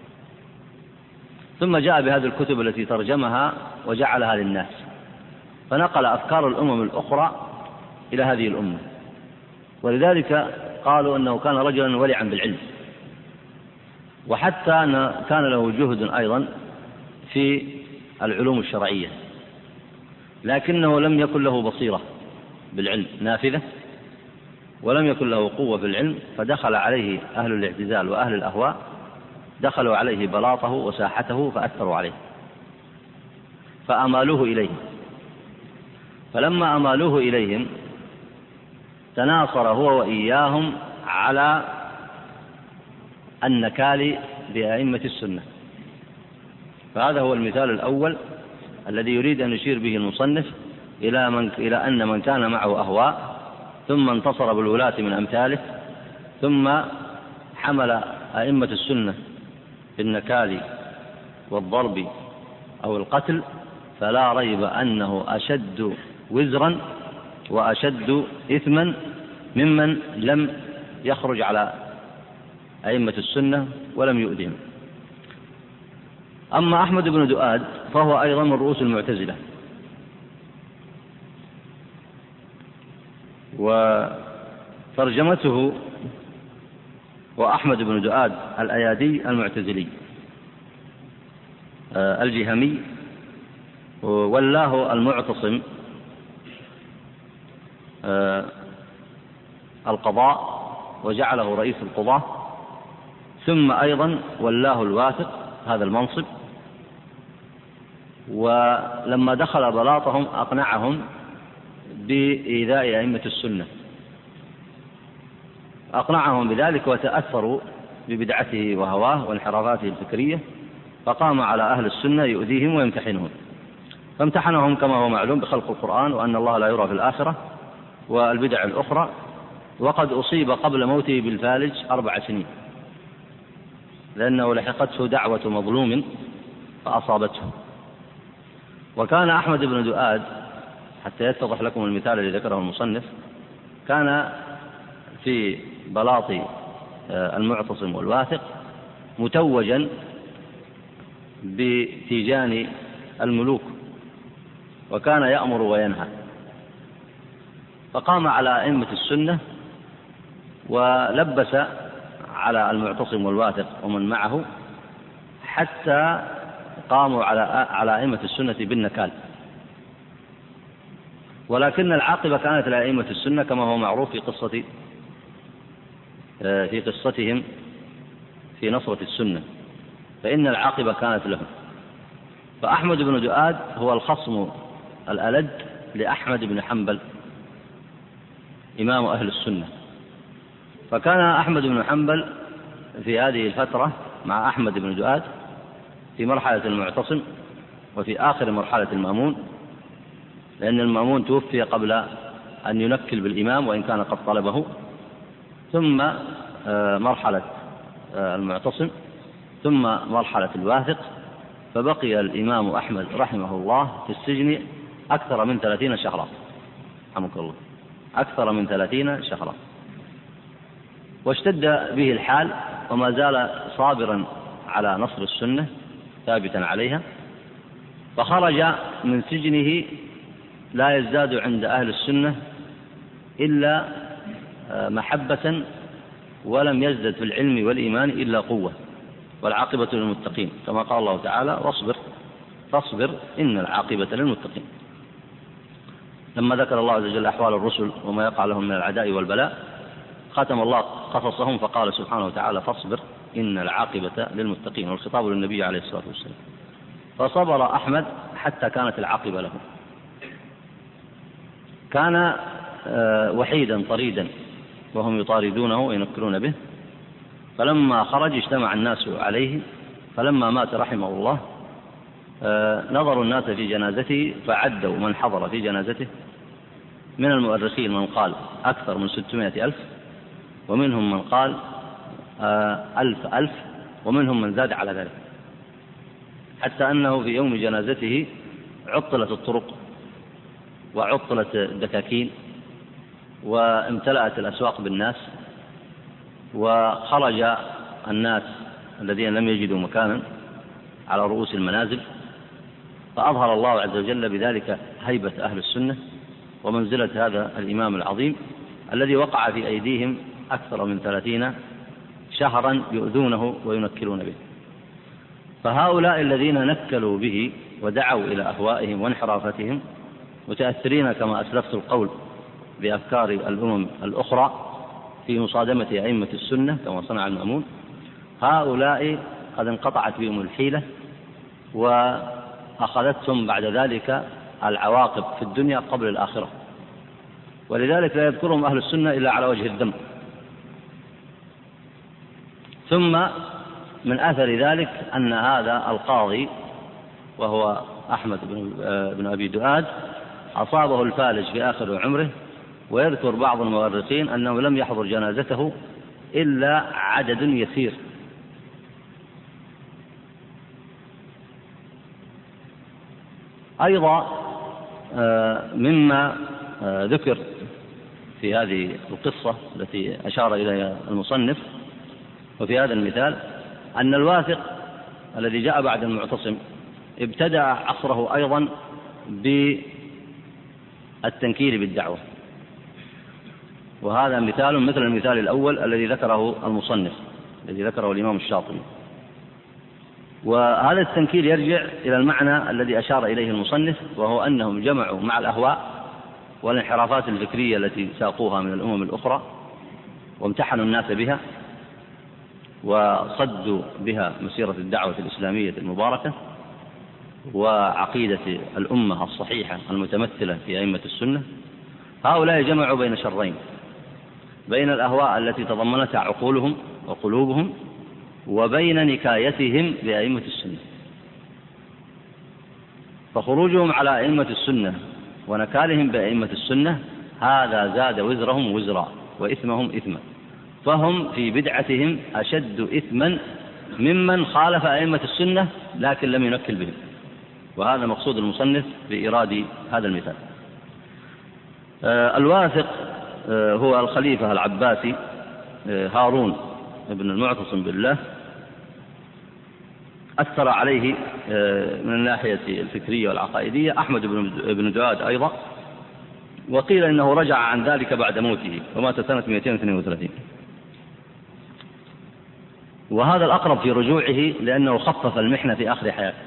[SPEAKER 1] ثم جاء بهذه الكتب التي ترجمها وجعلها للناس، فنقل أفكار الأمم الأخرى إلى هذه الأمة. ولذلك قالوا أنه كان رجلا ولعا بالعلم، وحتى أن كان له جهد أيضا في العلوم الشرعية، لكنه لم يكن له بصيرة بالعلم نافذة، ولم يكن له قوة في العلم، فدخل عليه أهل الاعتزال وأهل الأهواء، دخلوا عليه بلاطه وساحته فأثروا عليه فأمالوه إليهم. فلما أمالوه إليهم تناصر هو وإياهم على النكال بأئمة السنة. فهذا هو المثال الأول الذي يريد أن يشير به المصنف إلى, من إلى أن من كان معه أهواء ثم انتصر بالولاة من أمثاله، ثم حمل أئمة السنة بالنكال والضرب أو القتل، فلا ريب أنه أشد وزرا وأشد إثما ممن لم يخرج على أئمة السنة ولم يؤذهم. أما أحمد بن دؤاد فهو أيضا من رؤوس المعتزلة. وترجمته وأحمد بن دؤاد الأيادي المعتزلي الجهمي، ولاه المعتصم القضاء وجعله رئيس القضاة، ثم أيضا ولاه الواثق هذا المنصب. ولما دخل بلاطهم أقنعهم بإيذاء أئمة السنة، أقنعهم بذلك وتأثروا ببدعته وهواه وانحرافاته الفكرية، فقام على أهل السنة يؤذيهم ويمتحنهم، فامتحنهم كما هو معلوم بخلق القرآن وأن الله لا يرى في الآخرة والبدع الأخرى. وقد أصيب قبل موته بالفالج أربع سنين، لأنه لحقته دعوة مظلوم فأصابته. وكان أحمد بن دؤاد، حتى يتضح لكم المثال الذي ذكره المصنف، كان في بلاط المعتصم والواثق متوجا بتيجان الملوك، وكان يأمر وينهى، فقام على أئمة السنة ولبس على المعتصم والواثق ومن معه حتى قاموا على على أئمة السنة بالنكال. ولكن العاقبة كانت لأئمة السنة كما هو معروف في قصة في قصتهم في نصرة السنة، فإن العاقبة كانت لهم. فأحمد بن دؤاد هو الخصم الألد لأحمد بن حنبل إمام أهل السنة. فكان أحمد بن حنبل في هذه الفترة مع أحمد بن دؤاد في مرحلة المعتصم وفي آخر مرحلة المأمون، لأن المأمون توفي قبل أن ينكل بالإمام وإن كان قد طلبه، ثم مرحلة المعتصم، ثم مرحلة الواثق. فبقي الإمام أحمد رحمه الله في السجن أكثر من ثلاثين شهرا، رحمك الله، أكثر من ثلاثين شهرا، واشتد به الحال وما زال صابرا على نصر السنة ثابتا عليها. فخرج من سجنه لا يزداد عند أهل السنة إلا محبة، ولم يزدد في العلم والإيمان إلا قوة، والعاقبة للمتقين، كما قال الله تعالى: واصبر فاصبر إن العاقبة للمتقين. لما ذكر الله عز وجل أحوال الرسل وما يقع لهم من العداء والبلاء، ختم الله قصصهم فقال سبحانه وتعالى: فاصبر إن العاقبة للمتقين، والخطاب للنبي عليه الصلاة والسلام. فصبر أحمد حتى كانت العاقبة له. كان وحيدا طريدا وهم يطاردونه وينكرون به، فلما خرج اجتمع الناس عليه، فلما مات رحمه الله نظروا الناس في جنازته فعدوا من حضر في جنازته من المؤرخين من قال أكثر من ستمائة ألف، ومنهم من قال ألف ألف، ومنهم من زاد على ذلك، حتى أنه في يوم جنازته عطلت الطرق وعطلت الدكاكين وامتلأت الأسواق بالناس، وخرج الناس الذين لم يجدوا مكانا على رؤوس المنازل، فأظهر الله عز وجل بذلك هيبة أهل السنة ومنزلة هذا الإمام العظيم الذي وقع في أيديهم أكثر من ثلاثين شهرا يؤذونه وينكلون به. فهؤلاء الذين نكلوا به ودعوا إلى أهوائهم وانحرافتهم متأثرين كما أسلفت القول بأفكار الأمم الأخرى في مصادمة أئمة السنة كما صنع المأمون، هؤلاء قد انقطعت بهم الحيلة وأخذتهم بعد ذلك العواقب في الدنيا قبل الآخرة، ولذلك لا يذكرهم أهل السنة إلا على وجه الذم. ثم من أثر ذلك أن هذا القاضي وهو أحمد بن أبي دؤاد أصابه الفالج في آخر عمره، ويذكر بعض المؤرخين أنه لم يحضر جنازته إلا عدد يسير. أيضا مما ذكر في هذه القصة التي أشار إليها المصنف وفي هذا المثال أن الواثق الذي جاء بعد المعتصم ابتدأ عصره أيضا بالتنكير بالدعوة، وهذا مثال مثل المثال الأول الذي ذكره المصنف الذي ذكره الإمام الشاطبي. وهذا التنكير يرجع إلى المعنى الذي أشار إليه المصنف، وهو أنهم جمعوا مع الأهواء والانحرافات الفكرية التي ساقوها من الأمم الأخرى وامتحنوا الناس بها وصدوا بها مسيرة الدعوة الإسلامية المباركة وعقيدة الأمة الصحيحة المتمثلة في أئمة السنة. هؤلاء جمعوا بين شرين، بين الأهواء التي تضمنتها عقولهم وقلوبهم وبين نكايتهم بأئمة السنة. فخروجهم على أئمة السنة ونكالهم بأئمة السنة هذا زاد وزرهم وزرا وإثمهم إثما، فهم في بدعتهم أشد إثما ممن خالف أئمة السنة لكن لم ينكل بهم. وهذا مقصود المصنف بإيراد هذا المثال. آه الواثق آه هو الخليفة العباسي آه هارون ابن المعتصم بالله، أثر عليه من الناحية الفكرية والعقائدية أحمد بن دؤاد أيضا، وقيل إنه رجع عن ذلك بعد موته ومات سنة مئتين واثنين وثلاثين. وهذا الأقرب في رجوعه لأنه خفف المحنة في آخر حياته،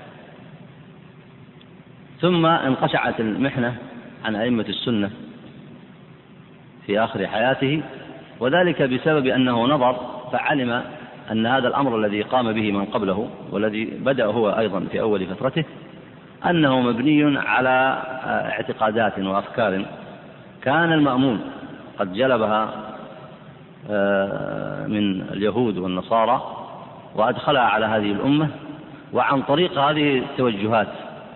[SPEAKER 1] ثم انقشعت المحنة عن أئمة السنة في آخر حياته، وذلك بسبب أنه نظر فعلم أن هذا الأمر الذي قام به من قبله والذي بدأ هو أيضا في أول فترته أنه مبني على اعتقادات وأفكار كان المأمون قد جلبها من اليهود والنصارى وأدخلها على هذه الأمة، وعن طريق هذه التوجهات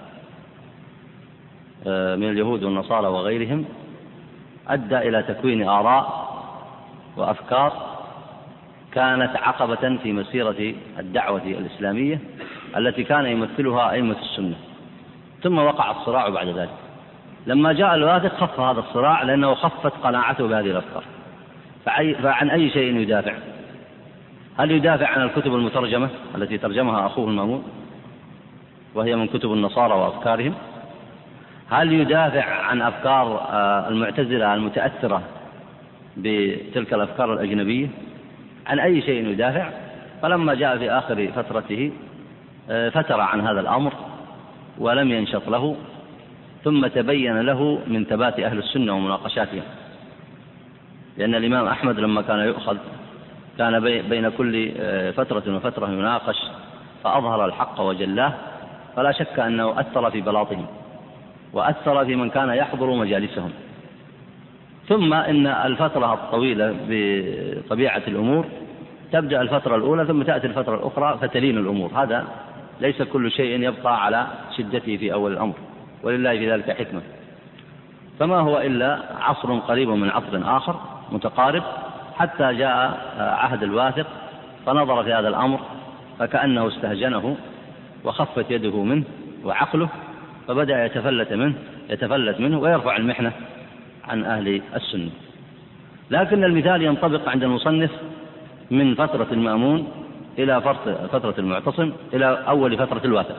[SPEAKER 1] من اليهود والنصارى وغيرهم أدى إلى تكوين آراء وأفكار كانت عقبة في مسيرة الدعوة الإسلامية التي كان يمثلها أئمة السنة. ثم وقع الصراع بعد ذلك. لما جاء الواثق خف هذا الصراع لأنه خفت قناعته بهذه الأفكار. فعن أي شيء يدافع؟ هل يدافع عن الكتب المترجمة التي ترجمها أخوه المأمون وهي من كتب النصارى وأفكارهم؟ هل يدافع عن أفكار المعتزلة المتأثرة بتلك الأفكار الأجنبية؟ عن أي شيء يدافع؟ فلما جاء في آخر فترته فتر عن هذا الأمر ولم ينشط له، ثم تبين له من ثبات أهل السنة ومناقشاتهم، لأن الإمام أحمد لما كان يؤخذ كان بين كل فترة وفترة يناقش فأظهر الحق وجلاه، فلا شك أنه أثر في بلاطهم وأثر في من كان يحضر مجالسهم. ثم إن الفترة الطويلة بطبيعة الأمور تبدأ الفترة الأولى ثم تأتي الفترة الأخرى فتلين الأمور، هذا ليس كل شيء يبقى على شدته في أول الأمر، ولله في ذلك حكمة. فما هو إلا عصر قريب من عصر آخر متقارب حتى جاء عهد الواثق فنظر في هذا الأمر فكأنه استهجنه وخفت يده منه وعقله، فبدأ يتفلت منه يتفلت منه ويرفع المحنة عن أهل السنة. لكن المثال ينطبق عند المصنف من فترة المأمون إلى فترة المعتصم إلى أول فترة الواثق.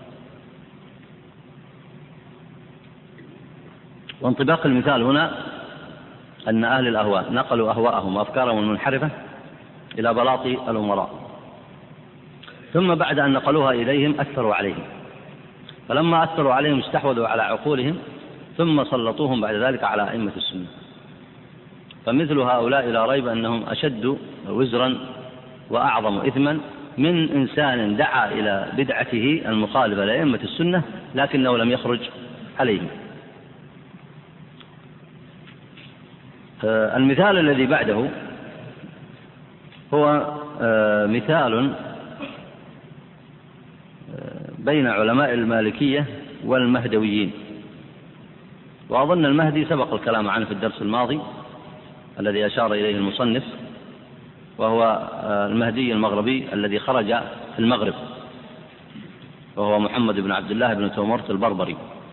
[SPEAKER 1] وانطباق المثال هنا أن أهل الأهواء نقلوا أهواءهم وأفكارهم المنحرفة إلى بلاط الأمراء، ثم بعد أن نقلوها إليهم أثروا عليهم، فلما أثروا عليهم استحوذوا على عقولهم ثم سلطوهم بعد ذلك على أئمة السنة. فمثل هؤلاء لا ريب أنهم أشد وزرا وأعظم إثما من إنسان دعا إلى بدعته المخالفة لأئمة السنة لكنه لم يخرج عليهم. المثال الذي بعده هو مثال بين علماء المالكية والمهدويين، وأظن المهدي سبق الكلام عنه في الدرس الماضي الذي أشار إليه المصنف، وهو المهدي المغربي الذي خرج في المغرب، وهو محمد بن عبد الله بن تومرت البربري.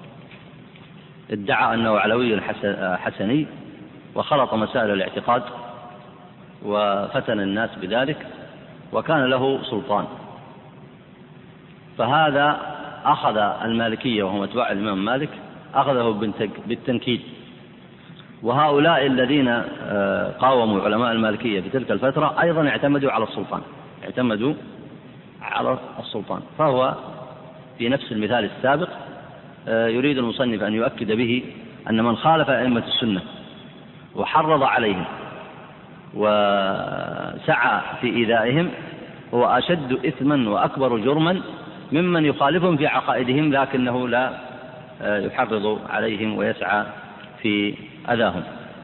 [SPEAKER 1] ادعى أنه علوي حسني وخلط مسائل الاعتقاد وفتن الناس بذلك وكان له سلطان. فهذا أخذ المالكية وهم أتباع الإمام مالك أخذه بالتنكيل، وهؤلاء الذين قاوموا علماء المالكية في تلك الفترة أيضا اعتمدوا على السلطان اعتمدوا على السلطان فهو في نفس المثال السابق يريد المصنف أن يؤكد به أن من خالف أئمة السنة وحرض عليهم وسعى في إيذائهم هو أشد إثما وأكبر جرما ممن يخالفهم في عقائدهم لكنه لا يحرض عليهم ويسعى في أذاهم.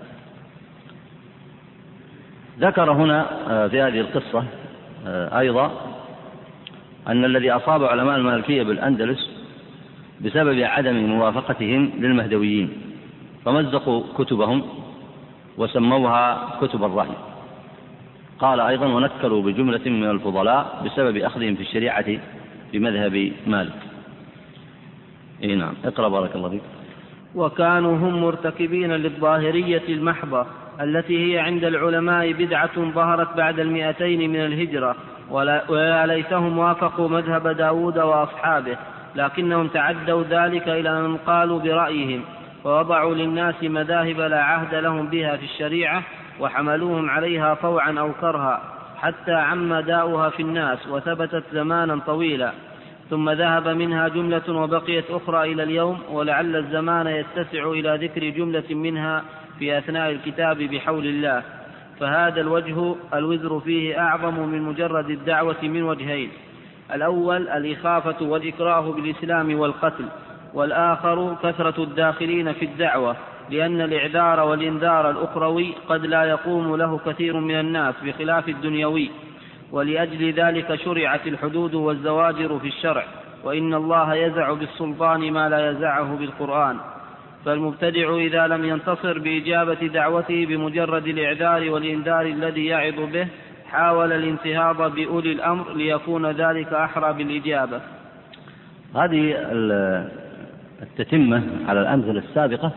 [SPEAKER 1] ذكر هنا في هذه القصة أيضا أن الذي أصاب علماء المالكية بالأندلس بسبب عدم موافقتهم للمهدويين فمزقوا كتبهم وسموها كتب الرأي. قال أيضا ونكلوا بجملة من الفضلاء بسبب أخذهم في الشريعة بمذهب مالك. إيه نعم اقرأ بارك الله فيك.
[SPEAKER 2] وكانوا هم مرتكبين للظاهرية المحضة التي هي عند العلماء بدعة ظهرت بعد المئتين من الهجرة، ولا ليتهم وافقوا مذهب داود وأصحابه، لكنهم تعدوا ذلك إلى من قالوا برأيهم ووضعوا للناس مذاهب لا عهد لهم بها في الشريعة وحملوهم عليها طوعا أو كرها حتى عم داؤها في الناس وثبتت زمانا طويلا، ثم ذهب منها جملة وبقيت أخرى إلى اليوم، ولعل الزمان يتسع إلى ذكر جملة منها في أثناء الكتاب بحول الله. فهذا الوجه الوزر فيه أعظم من مجرد الدعوة من وجهين: الأول الإخافة والإكراه بالإسلام والقتل، والآخر كثرة الداخلين في الدعوة، لأن الإعذار والإنذار الأخروي قد لا يقوم له كثير من الناس بخلاف الدنيوي، ولأجل ذلك شرعت الحدود والزواجر في الشرع، وإن الله يزع بالسلطان ما لا يزعه بالقرآن. فالمبتدع إذا لم ينتصر بإجابة دعوته بمجرد الإعذار والإنذار الذي يعظ به حاول الانتهاض بأولي الأمر ليكون ذلك أحرى بالإجابة.
[SPEAKER 1] هذه التتمة على الأمثلة السابقة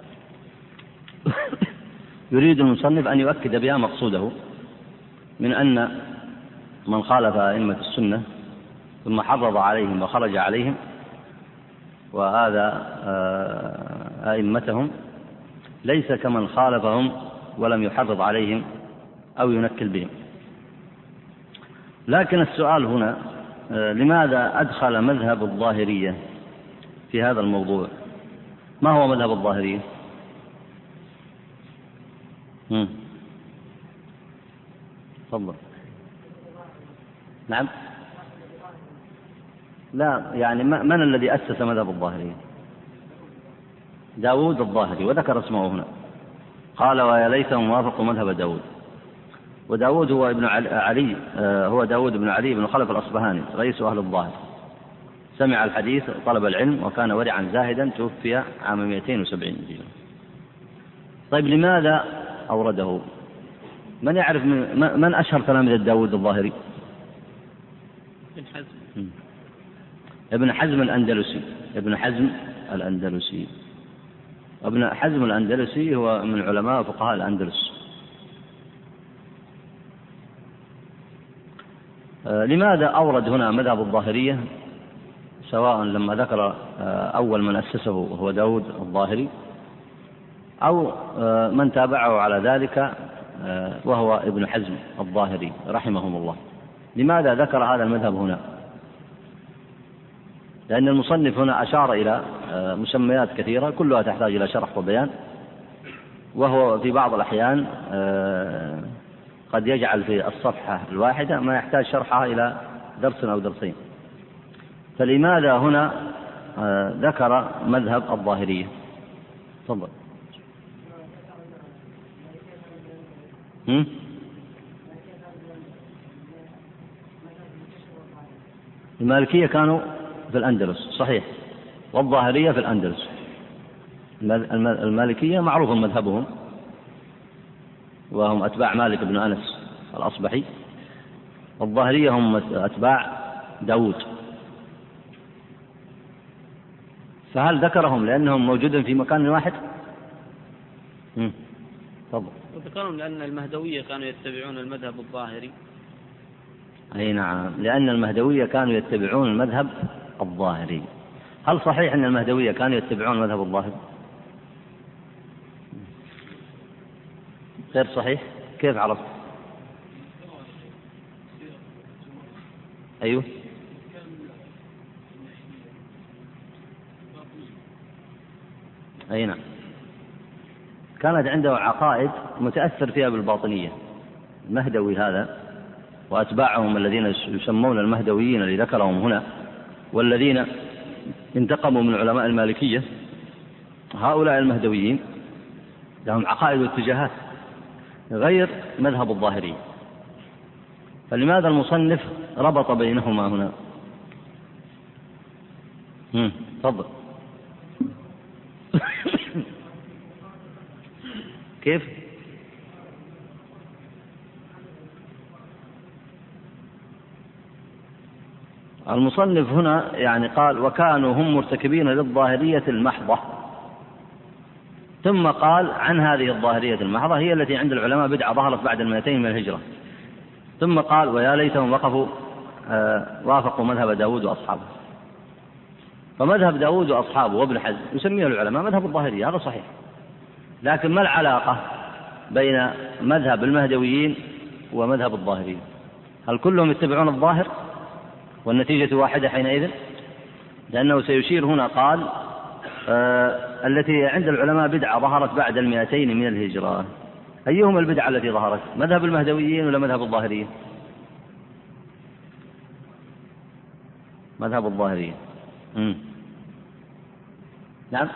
[SPEAKER 1] يريد المصنف أن يؤكد بها مقصوده من أن من خالف أئمة السنة ثم حرض عليهم وخرج عليهم وهذا أئمتهم ليس كمن خالفهم ولم يحرض عليهم أو ينكل بهم. لكن السؤال هنا لماذا أدخل مذهب الظاهرية في هذا الموضوع؟ ما هو مذهب الظاهرية؟ تفضل. نعم لا يعني من الذي أسس مذهب الظاهرية؟ داود الظاهري، وذكر اسمه هنا قال ويا ليتهم وافقوا مذهب داود. وداود هو ابن علي هو داود بن علي بن خلف الأصبهاني رئيس أهل الظاهر، سمع الحديث طلب العلم وكان ورعا زاهدا، توفي عام مئتين وسبعين هجرة. طيب لماذا أورده؟ من يعرف من, من أشهر تلاميذ داود الظاهري؟
[SPEAKER 2] ابن حزم.
[SPEAKER 1] ابن حزم الأندلسي ابن حزم الأندلسي ابن حزم الأندلسي هو من علماء فقهاء الأندلس. لماذا أورد هنا مذهب الظاهرية سواء لما ذكر أول من أسسه وهو داود الظاهري أو من تابعه على ذلك وهو ابن حزم الظاهري رحمهم الله؟ لماذا ذكر هذا المذهب هنا؟ لأن المصنف هنا أشار إلى مسميات كثيرة كلها تحتاج إلى شرح وبيان، وهو في بعض الأحيان قد يجعل في الصفحة الواحدة ما يحتاج شرحها إلى درس أو درسين. فلماذا هنا ذكر مذهب الظاهرية؟ تفضل. المالكية كانوا في الأندلس صحيح، والظاهرية في الأندلس. المالكية معروف مذهبهم وهم أتباع مالك بن أنس الأصبحي، والظاهرية هم أتباع داود. فهل ذكرهم لأنهم موجودين في مكان واحد؟ تفضل.
[SPEAKER 2] وذكرهم لأن المهدوية كانوا يتبعون المذهب الظاهري.
[SPEAKER 1] أي نعم، لأن المهدوية كانوا يتبعون المذهب الظاهري. هل صحيح أن المهدوية كانوا يتبعون مذهب الظاهر؟ غير صحيح؟ كيف عرفت؟ أيوه أي نعم، كانت عنده عقائد متأثر فيها بالباطنية. المهدوي هذا وأتباعهم الذين يسمون المهدويين اللي ذكرهم هنا، والذين انتقموا من علماء المالكية، هؤلاء المهدويين لهم عقائد واتجاهات غير مذهب الظاهري. فلماذا المصنف ربط بينهما هنا؟ تفضل. كيف؟ المصنف هنا يعني قال وكانوا هم مرتكبين للظاهرية المحضة، ثم قال عن هذه الظاهرية المحضة هي التي عند العلماء بدعة ظهرت بعد المئتين من الهجرة، ثم قال ويا ليتهم وقفوا آه وافقوا مذهب داود وأصحابه. فمذهب داود وأصحابه وابن حزم يسميه العلماء مذهب الظاهرية، هذا صحيح، لكن ما العلاقة بين مذهب المهدويين ومذهب الظاهريين؟ هل كلهم يتبعون الظاهر والنتيجة واحدة حينئذ؟ لأنه سيشير هنا قال آه التي عند العلماء بدعة ظهرت بعد المئتين من الهجرة. أيهم البدعة التي ظهرت؟ مذهب المهدويين ولا مذهب الظاهريين؟ مذهب الظاهريين. مم. نعم،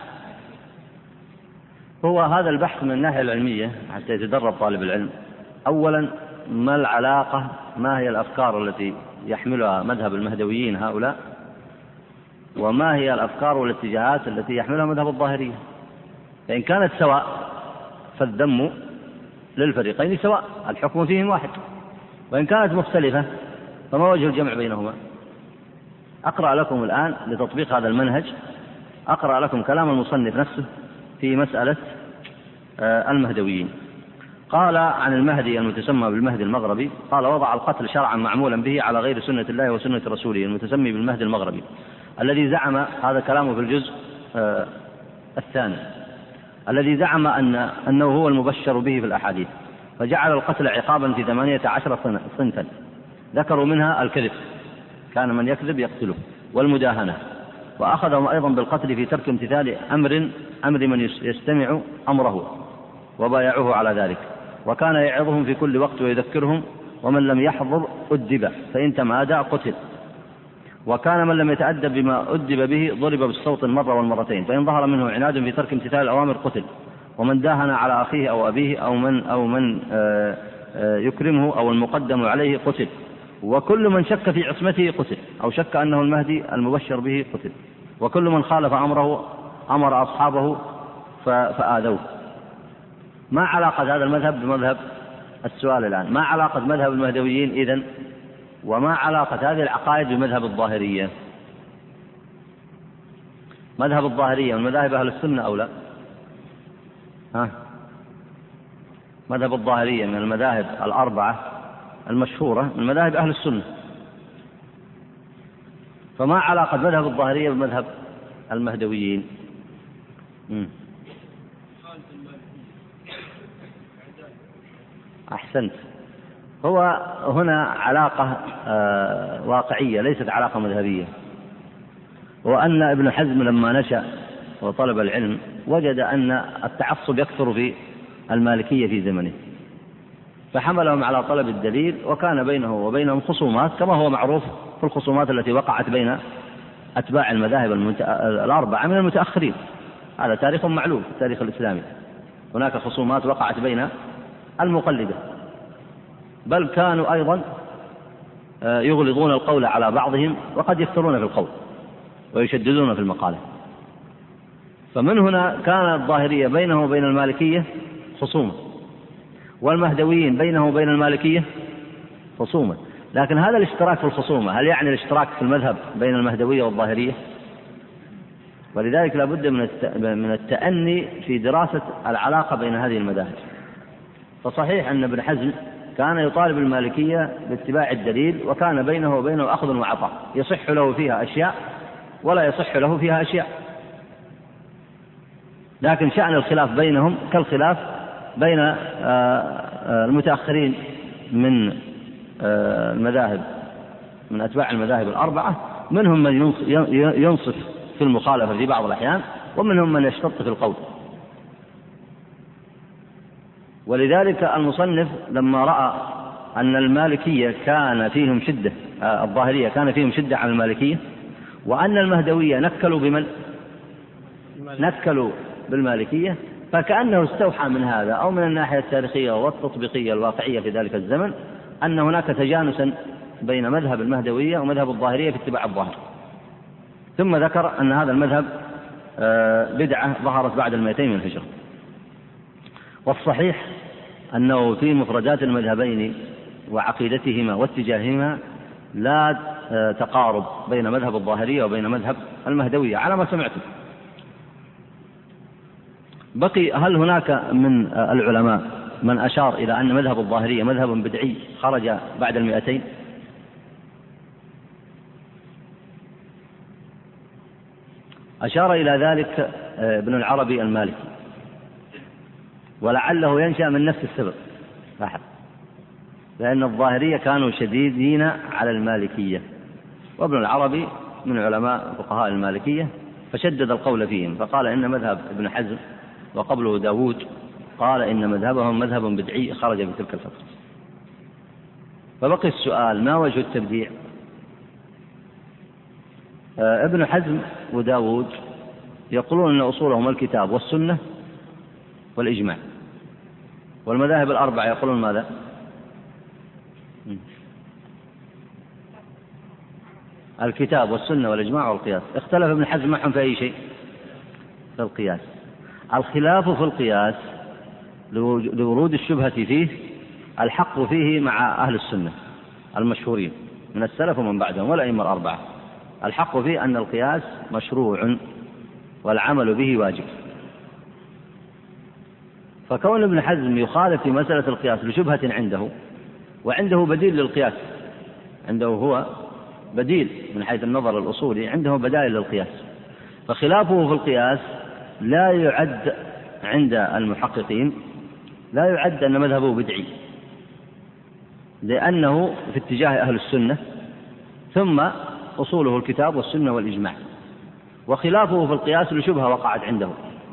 [SPEAKER 1] هو هذا البحث من الناحية العلمية حتى يتدرب طالب العلم. أولا ما العلاقة، ما هي الأفكار التي يحملها مذهب المهدويين هؤلاء، وما هي الأفكار والاتجاهات التي يحملها مذهب الظاهرية؟ فإن كانت سواء فالذم للفريقين سواء، الحكم فيهم واحد، وإن كانت مختلفة فما وجه الجمع بينهما؟ أقرأ لكم الآن لتطبيق هذا المنهج، أقرأ لكم كلام المصنف نفسه في مسألة المهدويين. قال عن المهدي المتسمى بالمهدي المغربي، قال وضع القتل شرعا معمولا به على غير سنة الله وسنة رسوله المتسمي بالمهدي المغربي، الذي زعم، هذا كلامه في الجزء الثاني، الذي زعم أن أنه هو المبشر به في الأحاديث، فجعل القتل عقابا في ثمانية عشر صنفا، ذكروا منها الكذب، كان من يكذب يقتله، والمداهنة، وأخذهم أيضا بالقتل في ترك امتثال أمر أمر من يستمع أمره وبايعوه على ذلك، وكان يعظهم في كل وقت ويذكرهم، ومن لم يحضر أدب فإن تمادى قتل، وكان من لم يتأدب بما أدب به ضرب بالصوت المرة والمرتين، فإن ظهر منه عناد في ترك امتثال الأوامر قتل، ومن داهن على أخيه أو أبيه أو من, أو من يكرمه أو المقدم عليه قتل، وكل من شك في عصمته قتل أو شك أنه المهدي المبشر به قتل، وكل من خالف أمره أمر أصحابه فآذوه. ما علاقة هذا المذهب بمذهب السؤال الآن؟ ما علاقة مذهب المهدويين إذن، وما علاقة هذه العقائد بمذهب الظاهرية؟ مذهب الظاهرية من مذاهب أهل السنة أو لا؟ ها؟ مذهب الظاهرية من المذاهب الأربعة المشهورة من مذاهب أهل السنة، فما علاقة مذهب الظاهرية بمذهب المهدويين؟ مم. أحسنت. هو هنا علاقة آه واقعية ليست علاقة مذهبية، وأن ابن حزم لما نشأ وطلب العلم وجد أن التعصب يكثر في المالكية في زمنه، فحملهم على طلب الدليل، وكان بينه وبينهم خصومات كما هو معروف في الخصومات التي وقعت بين أتباع المذاهب المت... الأربعة من المتأخرين، هذا تاريخ معلوم في التاريخ الإسلامي، هناك خصومات وقعت بين المقلدة، بل كانوا أيضا يغلظون القول على بعضهم وقد يكثرون في القول ويشددون في المقالة. فمن هنا كان الظاهرية بينه وبين المالكية خصومة، والمهدويين بينه وبين المالكية خصومة، لكن هذا الاشتراك في الخصومة هل يعني الاشتراك في المذهب بين المهدوية والظاهرية؟ ولذلك لا بد من التأني في دراسة العلاقة بين هذه المذاهب. فصحيح أن ابن حزم كان يطالب المالكية باتباع الدليل، وكان بينه وبينه أخذ وعطاء، يصح له فيها أشياء ولا يصح له فيها أشياء. لكن شأن الخلاف بينهم كالخلاف بين المتأخرين من المذاهب من أتباع المذاهب الأربعة، منهم من ينصف في المخالفة في بعض الأحيان، ومنهم من يشتط في القول. ولذلك المصنف لما رأى أن المالكية كان فيهم شدة، الظاهرية كان فيهم شدة على المالكية، وأن المهدوية نكلوا بمن؟ نكلوا بالمالكية، فكأنه استوحى من هذا أو من الناحية التاريخية والتطبيقية الواقعية في ذلك الزمن أن هناك تجانسا بين مذهب المهدوية ومذهب الظاهرية في اتباع الظاهر. ثم ذكر أن هذا المذهب بدعة ظهرت بعد المئتين من الهجرة. والصحيح أنه في مفردات المذهبين وعقيدتهما واتجاههما لا تقارب بين مذهب الظاهرية وبين مذهب المهدوية على ما سمعت. بقي هل هناك من العلماء من أشار إلى أن مذهب الظاهرية مذهب بدعي خرج بعد المئتين؟ أشار إلى ذلك ابن العربي المالكي، ولعله ينشأ من نفس السبب لاحظ، لأن الظاهرية كانوا شديدين على المالكية، وابن العربي من علماء فقهاء المالكية فشدد القول فيهم، فقال إن مذهب ابن حزم وقبله داود قال إن مذهبهم مذهب بدعي خرج في تلك الفترة. فبقي السؤال ما وجه التبديع؟ ابن حزم وداود يقولون أن أصولهم الكتاب والسنة والإجماع، والمذاهب الأربعة يقولون ماذا؟ الكتاب والسنة والإجماع والقياس. اختلف ابن حزم معهم في أي شيء؟ في القياس. الخلاف في القياس لورود الشبهة فيه، الحق فيه مع أهل السنة المشهورين من السلف ومن بعدهم والأئمة الأربعة. الحق فيه أن القياس مشروع والعمل به واجب. فكون ابن حزم يخالف في مسألة القياس لشبهة عنده، وعنده بديل للقياس، عنده هو بديل من حيث النظر الأصولي، عنده بدائل للقياس، فخلافه في القياس لا يعد عند المحققين لا يعد أن مذهبه بدعي، لأنه في اتجاه أهل السنة، ثم أصوله الكتاب والسنة والإجماع. وخلافه في القياس لشبهة وقعت عنده،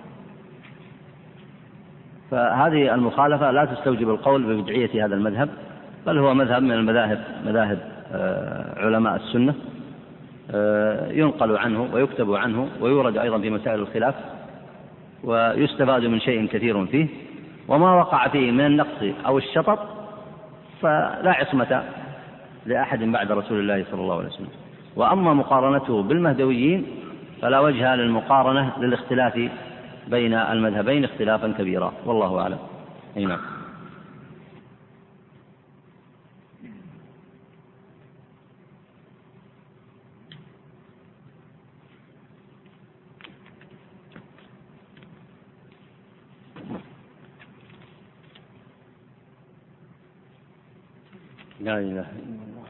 [SPEAKER 1] فهذه المخالفة لا تستوجب القول ببدعية هذا المذهب، بل هو مذهب من المذاهب مذاهب علماء السنة، ينقل عنه ويكتب عنه ويورد أيضا في مسائل الخلاف، ويستفاد من شيء كثير فيه، وما وقع فيه من النقص أو الشطط فلا عصمة لأحد بعد رسول الله صلى الله عليه وسلم. وأما مقارنته بالمهدويين فلا وجه للمقارنة للاختلاف بين المذهبين اختلافا كبيرا، والله أعلم. أي نعم. لا إله إلا الله.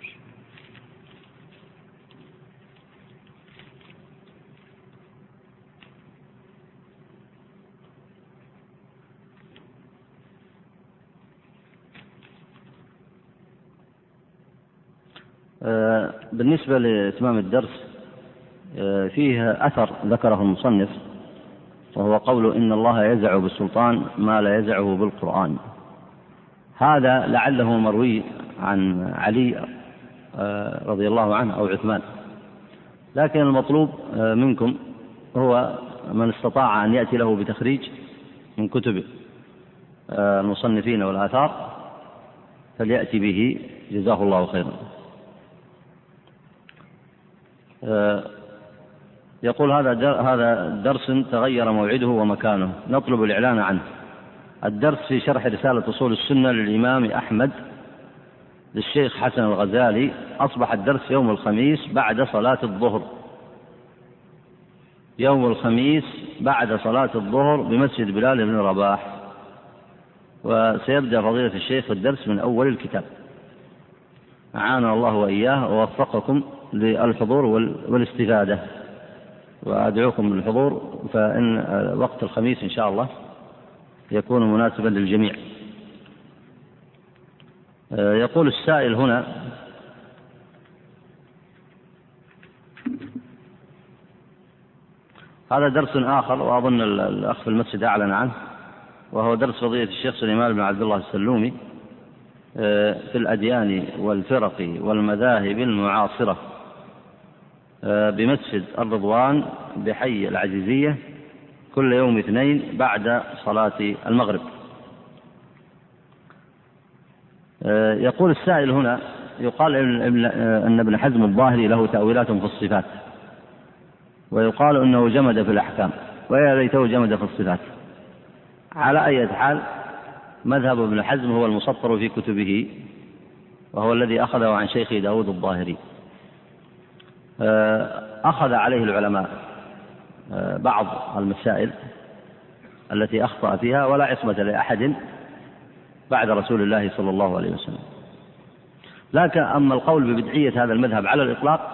[SPEAKER 1] بالنسبة لإتمام الدرس فيه أثر ذكره المصنف، وهو قوله إن الله يزع بالسلطان ما لا يزعه بالقرآن. هذا لعله مروي عن علي رضي الله عنه أو عثمان، لكن المطلوب منكم هو من استطاع أن يأتي له بتخريج من كتب المصنفين والآثار فليأتي به، جزاه الله خيرا. يقول هذا هذا درس تغير موعده ومكانه، نطلب الإعلان عنه. الدرس في شرح رسالة أصول السنة للإمام أحمد للشيخ حسن الغزالي، أصبح الدرس يوم الخميس بعد صلاة الظهر، يوم الخميس بعد صلاة الظهر بمسجد بلال بن رباح، وسيبدأ فضيلة الشيخ الدرس من أول الكتاب. أعاننا الله وإياه ووفقكم للحضور والاستفادة، وأدعوكم للحضور، فإن وقت الخميس إن شاء الله يكون مناسبا للجميع. يقول السائل هنا: هذا درس آخر وأظن الأخ في المسجد أعلن عنه، وهو درس فضيلة الشيخ سليمان بن عبد الله السلومي في الأديان والفرق والمذاهب المعاصرة بمسجد الرضوان بحي العزيزية كل يوم اثنين بعد صلاة المغرب. يقول السائل هنا: يقال أن ابن حزم الظاهري له تأويلات في الصفات، ويقال أنه جمد في الأحكام، ويا ليته جمد في الصفات. على أي حال، مذهب ابن حزم هو المسطر في كتبه، وهو الذي أخذه عن شيخه داود الظاهري. أخذ عليه العلماء بعض المسائل التي أخطأ فيها، ولا عصمة لأحد بعد رسول الله صلى الله عليه وسلم. لكن أما القول ببدعية هذا المذهب على الإطلاق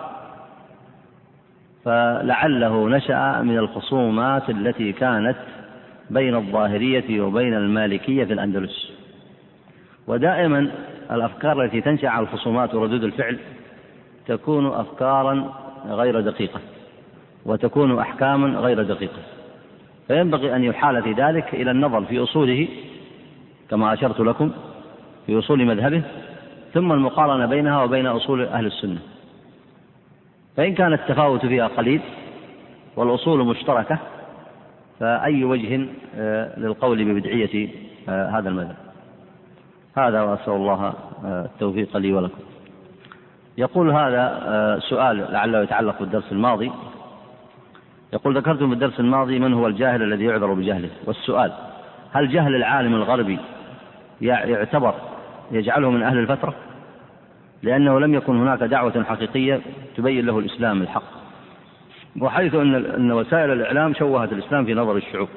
[SPEAKER 1] فلعله نشأ من الخصومات التي كانت بين الظاهرية وبين المالكية في الأندلس. ودائما الأفكار التي تنشأ على الخصومات وردود الفعل تكون أفكارا غير دقيقة، وتكون أحكاما غير دقيقة، فينبغي أن يحال في ذلك إلى النظر في أصوله كما أشرت لكم، في أصول مذهبه، ثم المقارنة بينها وبين أصول أهل السنة. فإن كان التفاوت فيها قليل والأصول مشتركة فأي وجه للقول ببدعية هذا المذهب؟ هذا، وأسأل الله التوفيق لي ولكم. يقول هذا سؤال لعله يتعلق بالدرس الماضي. يقول: ذكرتم بالدرس الماضي من هو الجاهل الذي يعذر بجهله، والسؤال: هل جهل العالم الغربي يعتبر يجعله من أهل الفترة، لأنه لم يكن هناك دعوة حقيقية تبين له الإسلام الحق، وحيث أن وسائل الإعلام شوهت الإسلام في نظر الشعوب؟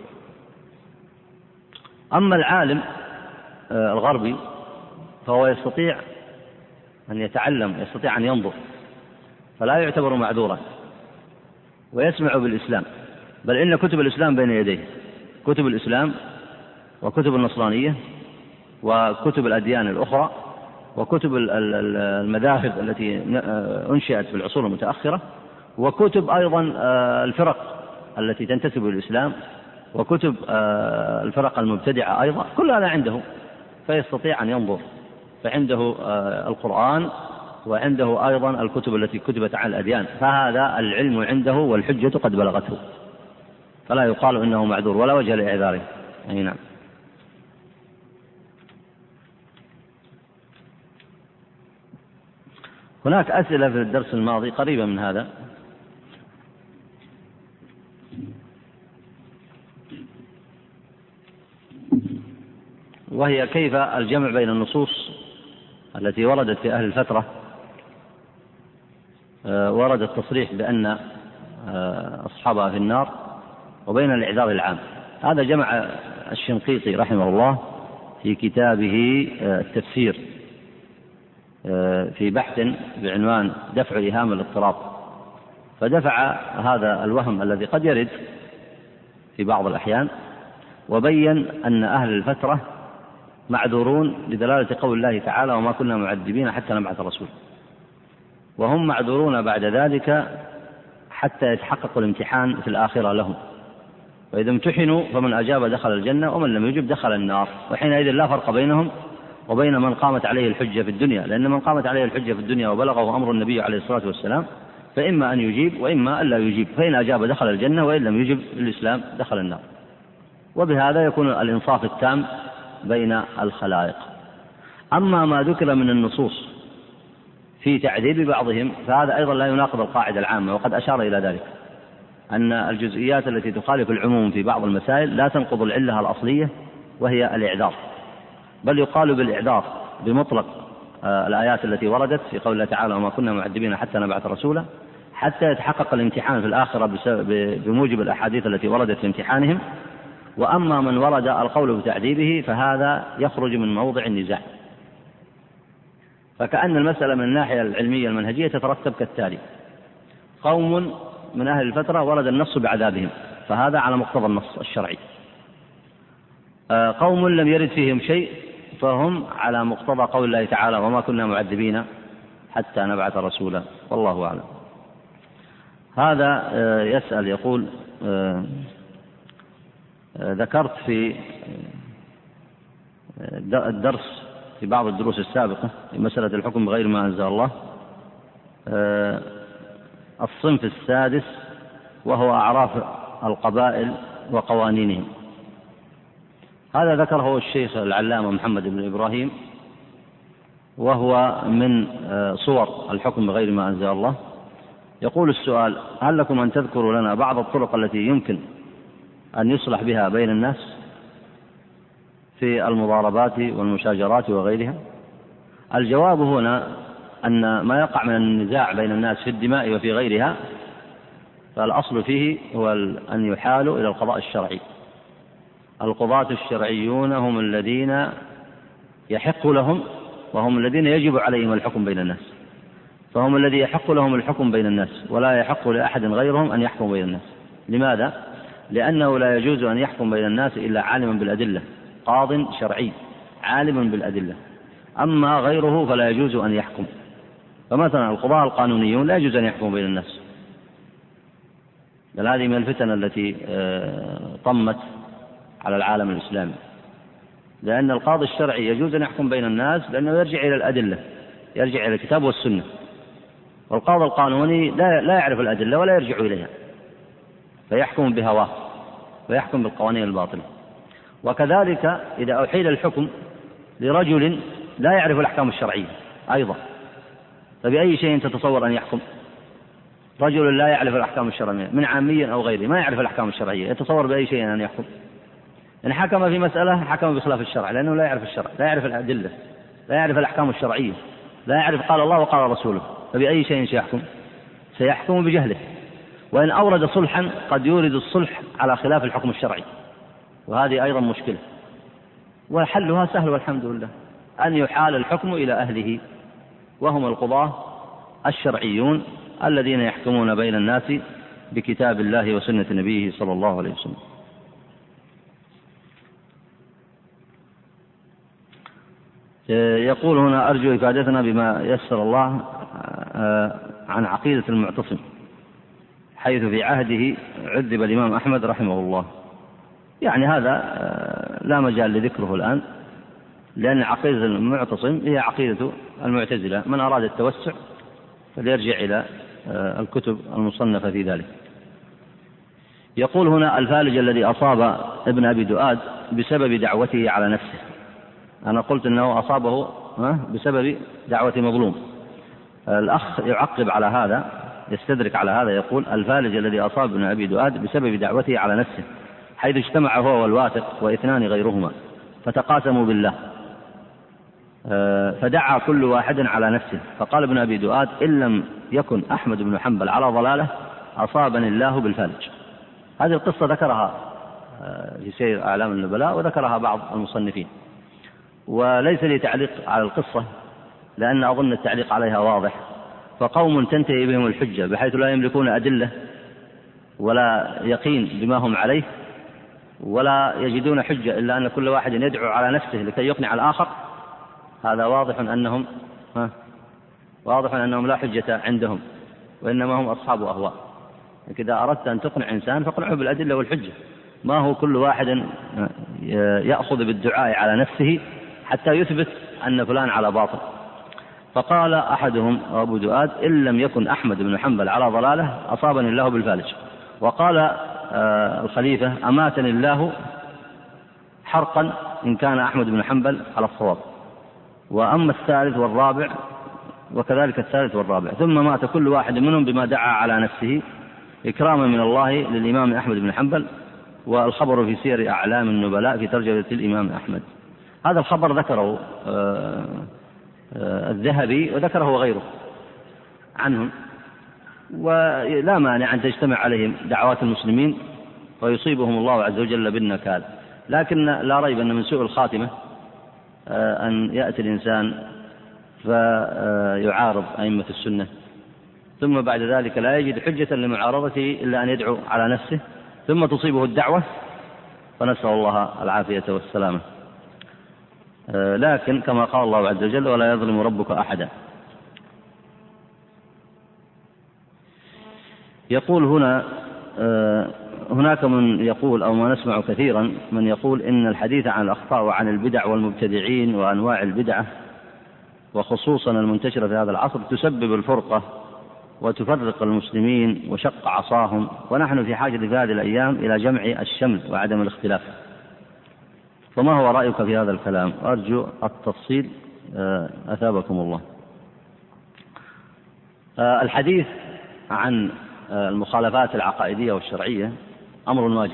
[SPEAKER 1] أما العالم الغربي فهو يستطيع أن يتعلم، يستطيع أن ينظر، فلا يعتبر معذورا، ويسمع بالإسلام، بل إن كتب الإسلام بين يديه، كتب الإسلام وكتب النصرانية وكتب الأديان الأخرى وكتب المذاهب التي أنشئت في العصور المتأخرة، وكتب أيضا الفرق التي تنتسب للإسلام، وكتب الفرق المبتدعة أيضا، كل هذا عنده، فيستطيع أن ينظر، فعنده القرآن وعنده أيضا الكتب التي كتبت عن الأديان، فهذا العلم عنده والحجة قد بلغته، فلا يقال إنه معذور ولا وجه لإعذاره. أي نعم. هناك أسئلة في الدرس الماضي قريبة من هذا. وهي: كيف الجمع بين النصوص التي وردت في أهل الفترة ورد التصريح بأن أصحابها في النار، وبين الإعذار العام؟ هذا جمع الشنقيطي رحمه الله في كتابه التفسير في بحث بعنوان دفع إيهام الاضطراب، فدفع هذا الوهم الذي قد يرد في بعض الأحيان، وبين أن أهل الفترة معذورون لدلالة قول الله تعالى: وما كنا معذبين حتى نبعث رسول، وهم معذورون بعد ذلك حتى يتحقق الامتحان في الآخرة لهم، وإذا امتحنوا فمن أجاب دخل الجنة ومن لم يجب دخل النار، وحينئذ لا فرق بينهم وبين من قامت عليه الحجة في الدنيا، لأن من قامت عليه الحجة في الدنيا وبلغه أمر النبي عليه الصلاة والسلام فإما أن يجيب وإما أن لا يجيب، فإن أجاب دخل الجنة، وإن لم يجب الإسلام دخل النار، وبهذا يكون الإنصاف التام بين الخلائق. أما ما ذكر من النصوص في تعذيب بعضهم فهذا أيضا لا يناقض القاعدة العامة، وقد أشار إلى ذلك، أن الجزئيات التي تخالف العموم في بعض المسائل لا تنقض العلة الأصلية وهي الإعذار، بل يقال بالإعذار بمطلق الآيات التي وردت في قول الله تعالى: وما كنا معذبين حتى نبعث رسولا، حتى يتحقق الامتحان في الآخرة بموجب الأحاديث التي وردت في امتحانهم. وأما من ورد القول بتعذيبه فهذا يخرج من موضع النزاع، فكأن المسألة من الناحية العلمية المنهجية تترتب كالتالي: قوم من أهل الفترة ورد النص بعذابهم، فهذا على مقتضى النص الشرعي. قوم لم يرد فيهم شيء، فهم على مقتضى قول الله تعالى: وما كنا معذبين حتى نبعث رسولا، والله أعلم. هذا يسأل يقول: ذكرت في الدرس في بعض الدروس السابقة في مسألة الحكم بغير ما أنزل الله الصنف السادس، وهو أعراف القبائل وقوانينهم. هذا ذكره الشيخ العلامة محمد بن إبراهيم، وهو من صور الحكم بغير ما أنزل الله. يقول السؤال: هل لكم أن تذكروا لنا بعض الطرق التي يمكن أن يصلح بها بين الناس في المضاربات والمشاجرات وغيرها؟ الجواب هنا أن ما يقع من النزاع بين الناس في الدماء وفي غيرها فالأصل فيه هو أن يحالوا إلى القضاء الشرعي. القضاة الشرعيون هم الذين يحق لهم وهم الذين يجب عليهم الحكم بين الناس، فهم الذي يحق لهم الحكم بين الناس، ولا يحق لأحد غيرهم أن يحكم بين الناس. لماذا؟ لأنه لا يجوز أن يحكم بين الناس إلا عالما بالأدلة، قاض شرعي عالم بالأدلة، أما غيره فلا يجوز أن يحكم. فمثلا القضاة القانونيون لا يجوز أن يحكموا بين الناس، بل هذه من الفتن التي طمت على العالم الإسلامي، لأن القاضي الشرعي يجوز أن يحكم بين الناس لأنه يرجع إلى الأدلة، يرجع إلى الكتاب والسنة، والقاضي القانوني لا لا يعرف الأدلة ولا يرجع إليها، فيحكم بهواه ويحكم بالقوانين الباطلة. وكذلك إذا أحيل الحكم لرجل لا يعرف الأحكام الشرعية أيضا، فبأي شيء تتصور أن يحكم؟ رجل لا يعرف الأحكام الشرعية من عامي أو غيره، ما يعرف الأحكام الشرعية، يتصور بأي شيء أن يحكم؟ إن حكم في مسألة حكم بخلاف الشرع، لأنه لا يعرف الشرع، لا يعرف الأدلة، لا يعرف الأحكام الشرعية، لا يعرف قال الله وقال رسوله، فبأي شيء سيحكم؟ سيحكم بجهله. وإن أورد صلحا قد يورد الصلح على خلاف الحكم الشرعي، وهذه أيضا مشكلة، وحلها سهل والحمد لله، أن يحال الحكم إلى أهله، وهم القضاة الشرعيون الذين يحكمون بين الناس بكتاب الله وسنة نبيه صلى الله عليه وسلم. يقول هنا: أرجو إفادتنا بما يسر الله عن عقيدة المعتصم، حيث في عهده عذب الإمام أحمد رحمه الله. يعني هذا لا مجال لذكره الآن، لأن عقيدة المعتصم هي عقيدة المعتزلة، من أراد التوسع فليرجع إلى الكتب المصنفة في ذلك. يقول هنا: الفالج الذي أصاب ابن أبي دؤاد بسبب دعوته على نفسه. أنا قلت أنه أصابه بسبب دعوة مظلوم. الأخ يعقب على هذا، يستدرك على هذا، يقول: الفالج الذي أصاب ابن أبي دؤاد بسبب دعوته على نفسه، حيث اجتمع هو والواثق واثنان غيرهما فتقاسموا بالله، فدعا كل واحد على نفسه، فقال ابن أبي دؤاد: إن لم يكن أحمد بن حنبل على ضلاله أصابني الله بالفالج. هذه القصة ذكرها في سير أعلام النبلاء، وذكرها بعض المصنفين، وليس لي تعليق على القصة لأن أظن التعليق عليها واضح. فقوم تنتهي بهم الحجة بحيث لا يملكون أدلة ولا يقين بما هم عليه، ولا يجدون حجة إلا أن كل واحد يدعو على نفسه لكي يقنع الآخر، هذا واضح أنهم ها واضح أنهم لا حجة عندهم، وإنما هم أصحاب أهواء. إذا أردت أن تقنع إنسان فاقنعه بالأدلة والحجة، ما هو كل واحد يأخذ بالدعاء على نفسه حتى يثبت أن فلان على باطل. فقال أحدهم أبو دؤاد: إن لم يكن أحمد بن حنبل على ضلاله أصابني الله بالفالج. وقال الخليفة: أماتني الله حرقا إن كان أحمد بن حنبل على الصواب. وأما الثالث والرابع، وكذلك الثالث والرابع، ثم مات كل واحد منهم بما دعا على نفسه إكراما من الله للإمام أحمد بن حنبل. والخبر في سير أعلام النبلاء في ترجمة الإمام أحمد. هذا الخبر ذكره الذهبي وذكره غيره عنهم، ولا مانع أن تجتمع عليهم دعوات المسلمين ويصيبهم الله عز وجل بالنكال. لكن لا ريب أن من سوء الخاتمة أن يأتي الإنسان فيعارض أئمة السنة، ثم بعد ذلك لا يجد حجة لمعارضته إلا أن يدعو على نفسه، ثم تصيبه الدعوة، فنسأل الله العافية والسلامة. لكن كما قال الله عز وجل: ولا يظلم ربك أحدا. يقول هنا هناك من يقول، أو ما نسمع كثيرا من يقول إن الحديث عن الأخطاء وعن البدع والمبتدعين وأنواع البدعة وخصوصا المنتشرة في هذا العصر تسبب الفرقة وتفرق المسلمين وشق عصاهم، ونحن في حاجة في هذه الأيام إلى جمع الشمل وعدم الاختلاف. فما هو رأيك في هذا الكلام؟ أرجو التفصيل أثابكم الله. الحديث عن المخالفات العقائدية والشرعية أمر واجب،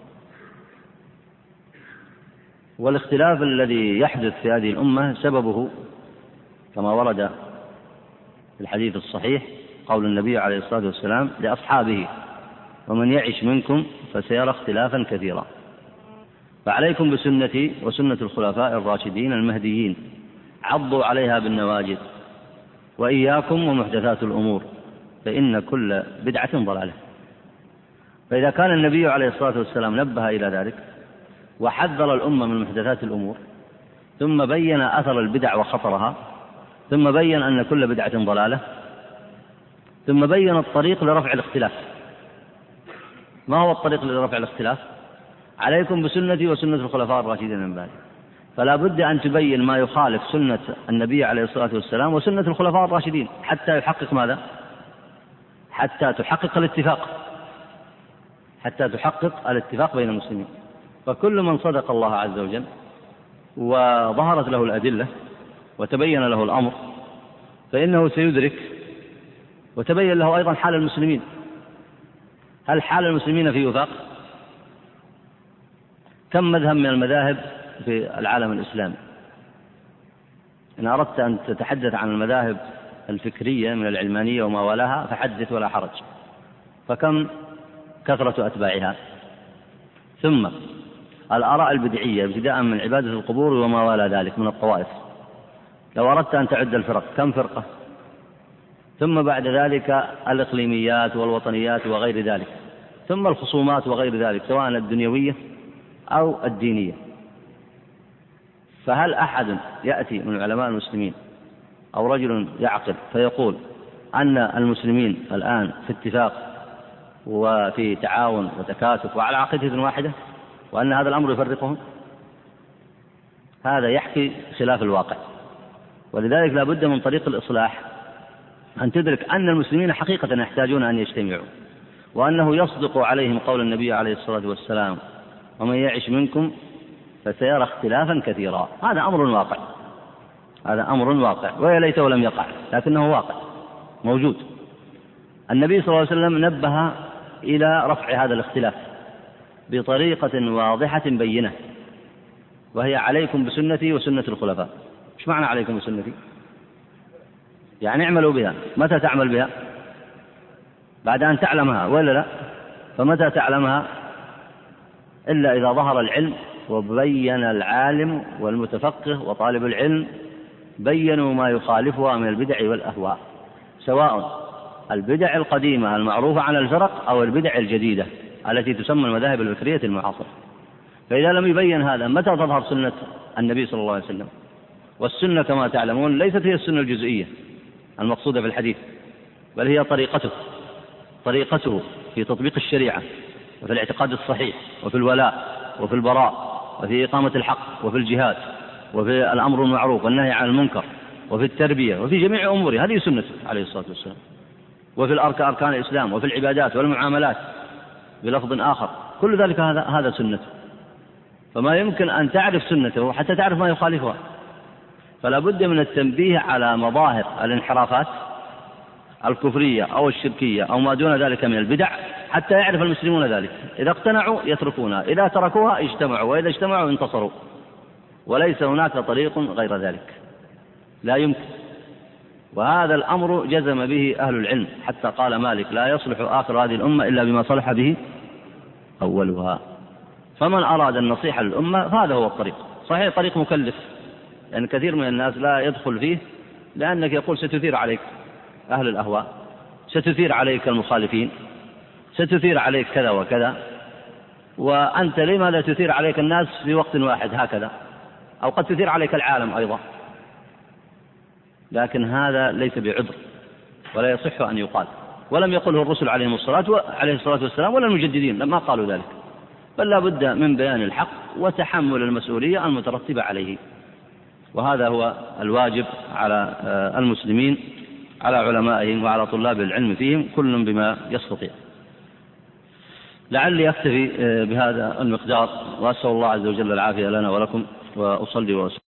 [SPEAKER 1] والاختلاف الذي يحدث في هذه الأمة سببه كما ورد في الحديث الصحيح قول النبي عليه الصلاة والسلام لأصحابه: ومن يعش منكم فسيرى اختلافا كثيرا، فعليكم بسنتي وسنة الخلفاء الراشدين المهديين، عضوا عليها بالنواجذ، وإياكم ومحدثات الأمور، فإن كل بدعة ضلالة. فإذا كان النبي عليه الصلاة والسلام نبه إلى ذلك وحذر الأمة من محدثات الأمور، ثم بين أثر البدع وخطرها، ثم بين أن كل بدعة ضلالة، ثم بين الطريق لرفع الاختلاف. ما هو الطريق لرفع الاختلاف؟ عليكم بسنتي وسنة الخلفاء الراشدين من بعد. فلا بد أن تبين ما يخالف سنة النبي عليه الصلاة والسلام وسنة الخلفاء الراشدين حتى يحقق ماذا؟ حتى تحقق الاتفاق حتى تحقق الاتفاق بين المسلمين. فكل من صدق الله عز وجل وظهرت له الأدلة وتبين له الأمر فإنه سيدرك، وتبين له أيضا حال المسلمين. هل حال المسلمين في وفاق؟ كم مذهب من المذاهب في العالم الإسلامي؟ إن أردت أن تتحدث عن المذاهب الفكرية من العلمانية وما ولاها فحدث ولا حرج، فكم كثرة أتباعها؟ ثم الآراء البدعية ابتداء من عبادة القبور وما ولا ذلك من الطوائف، لو أردت أن تعد الفرق كم فرقة؟ ثم بعد ذلك الإقليميات والوطنيات وغير ذلك، ثم الخصومات وغير ذلك سواء الدنيوية أو الدينية. فهل أحد يأتي من علماء المسلمين أو رجل يعقل فيقول أن المسلمين الآن في اتفاق وفي تعاون وتكاتف وعلى عقيدة واحدة وأن هذا الأمر يفرقهم؟ هذا يحكي خلاف الواقع. ولذلك لا بد من طريق الإصلاح أن تدرك أن المسلمين حقيقة يحتاجون أن يجتمعوا، وأنه يصدق عليهم قول النبي عليه الصلاة والسلام: ومن يعش منكم فسيرى اختلافا كثيرا. هذا أمر واقع، هذا أمر واقع، ويا ليته لم يقع، لكنه واقع موجود. النبي صلى الله عليه وسلم نبه إلى رفع هذا الاختلاف بطريقة واضحة بينة، وهي: عليكم بسنتي وسنة الخلفاء. إيش معنى عليكم بسنتي؟ يعني اعملوا بها. متى تعمل بها؟ بعد أن تعلمها، ولا لا؟ فمتى تعلمها؟ إلا إذا ظهر العلم وبين العالم والمتفقه وطالب العلم بينوا ما يخالفها من البدع والأهواء، سواء البدع القديمة المعروفة عن الفرق أو البدع الجديدة التي تسمى المذاهب الفكرية المعاصرة. فإذا لم يبين هذا متى تظهر سنة النبي صلى الله عليه وسلم؟ والسنة كما تعلمون ليست هي السنة الجزئية المقصودة في الحديث، بل هي طريقته طريقته في تطبيق الشريعة وفي الاعتقاد الصحيح وفي الولاء وفي البراء وفي إقامة الحق وفي الجهاد وفي الأمر المعروف والنهي عن المنكر وفي التربية وفي جميع أموره. هذه سنته عليه الصلاة والسلام. وفي الأركان أركان الإسلام وفي العبادات والمعاملات بلفظ آخر، كل ذلك هذا هذا سنته. فما يمكن أن تعرف سنته حتى تعرف ما يخالفها. فلا بد من التنبيه على مظاهر الانحرافات الكفرية أو الشركية أو ما دون ذلك من البدع حتى يعرف المسلمون ذلك. إذا اقتنعوا يتركونها، إذا تركوها اجتمعوا، وإذا اجتمعوا انتصروا. وليس هناك طريق غير ذلك، لا يمكن. وهذا الأمر جزم به أهل العلم، حتى قال مالك: لا يصلح آخر هذه الأمة إلا بما صلح به أولها. فمن أراد النصيحة للأمة فهذا هو الطريق. صحيح طريق مكلف، لأن يعني كثير من الناس لا يدخل فيه لأنك يقول ستثير عليك أهل الأهواء، ستثير عليك المخالفين، ستثير عليك كذا وكذا، وأنت لما لا تثير عليك الناس في وقت واحد هكذا، أو قد تثير عليك العالم أيضا. لكن هذا ليس بعذر ولا يصح أن يقال، ولم يقله الرسل عليهم الصلاة عليه الصلاة والسلام ولا المجددين لما قالوا ذلك، بل لا بد من بيان الحق وتحمل المسؤولية المترتبة عليه. وهذا هو الواجب على المسلمين، على علمائهم وعلى طلاب العلم فيهم، كل بما يستطيع. لعلي أكتفي بهذا المقدار، وأسأل الله عز وجل العافية لنا ولكم، وأصلي وأسلم.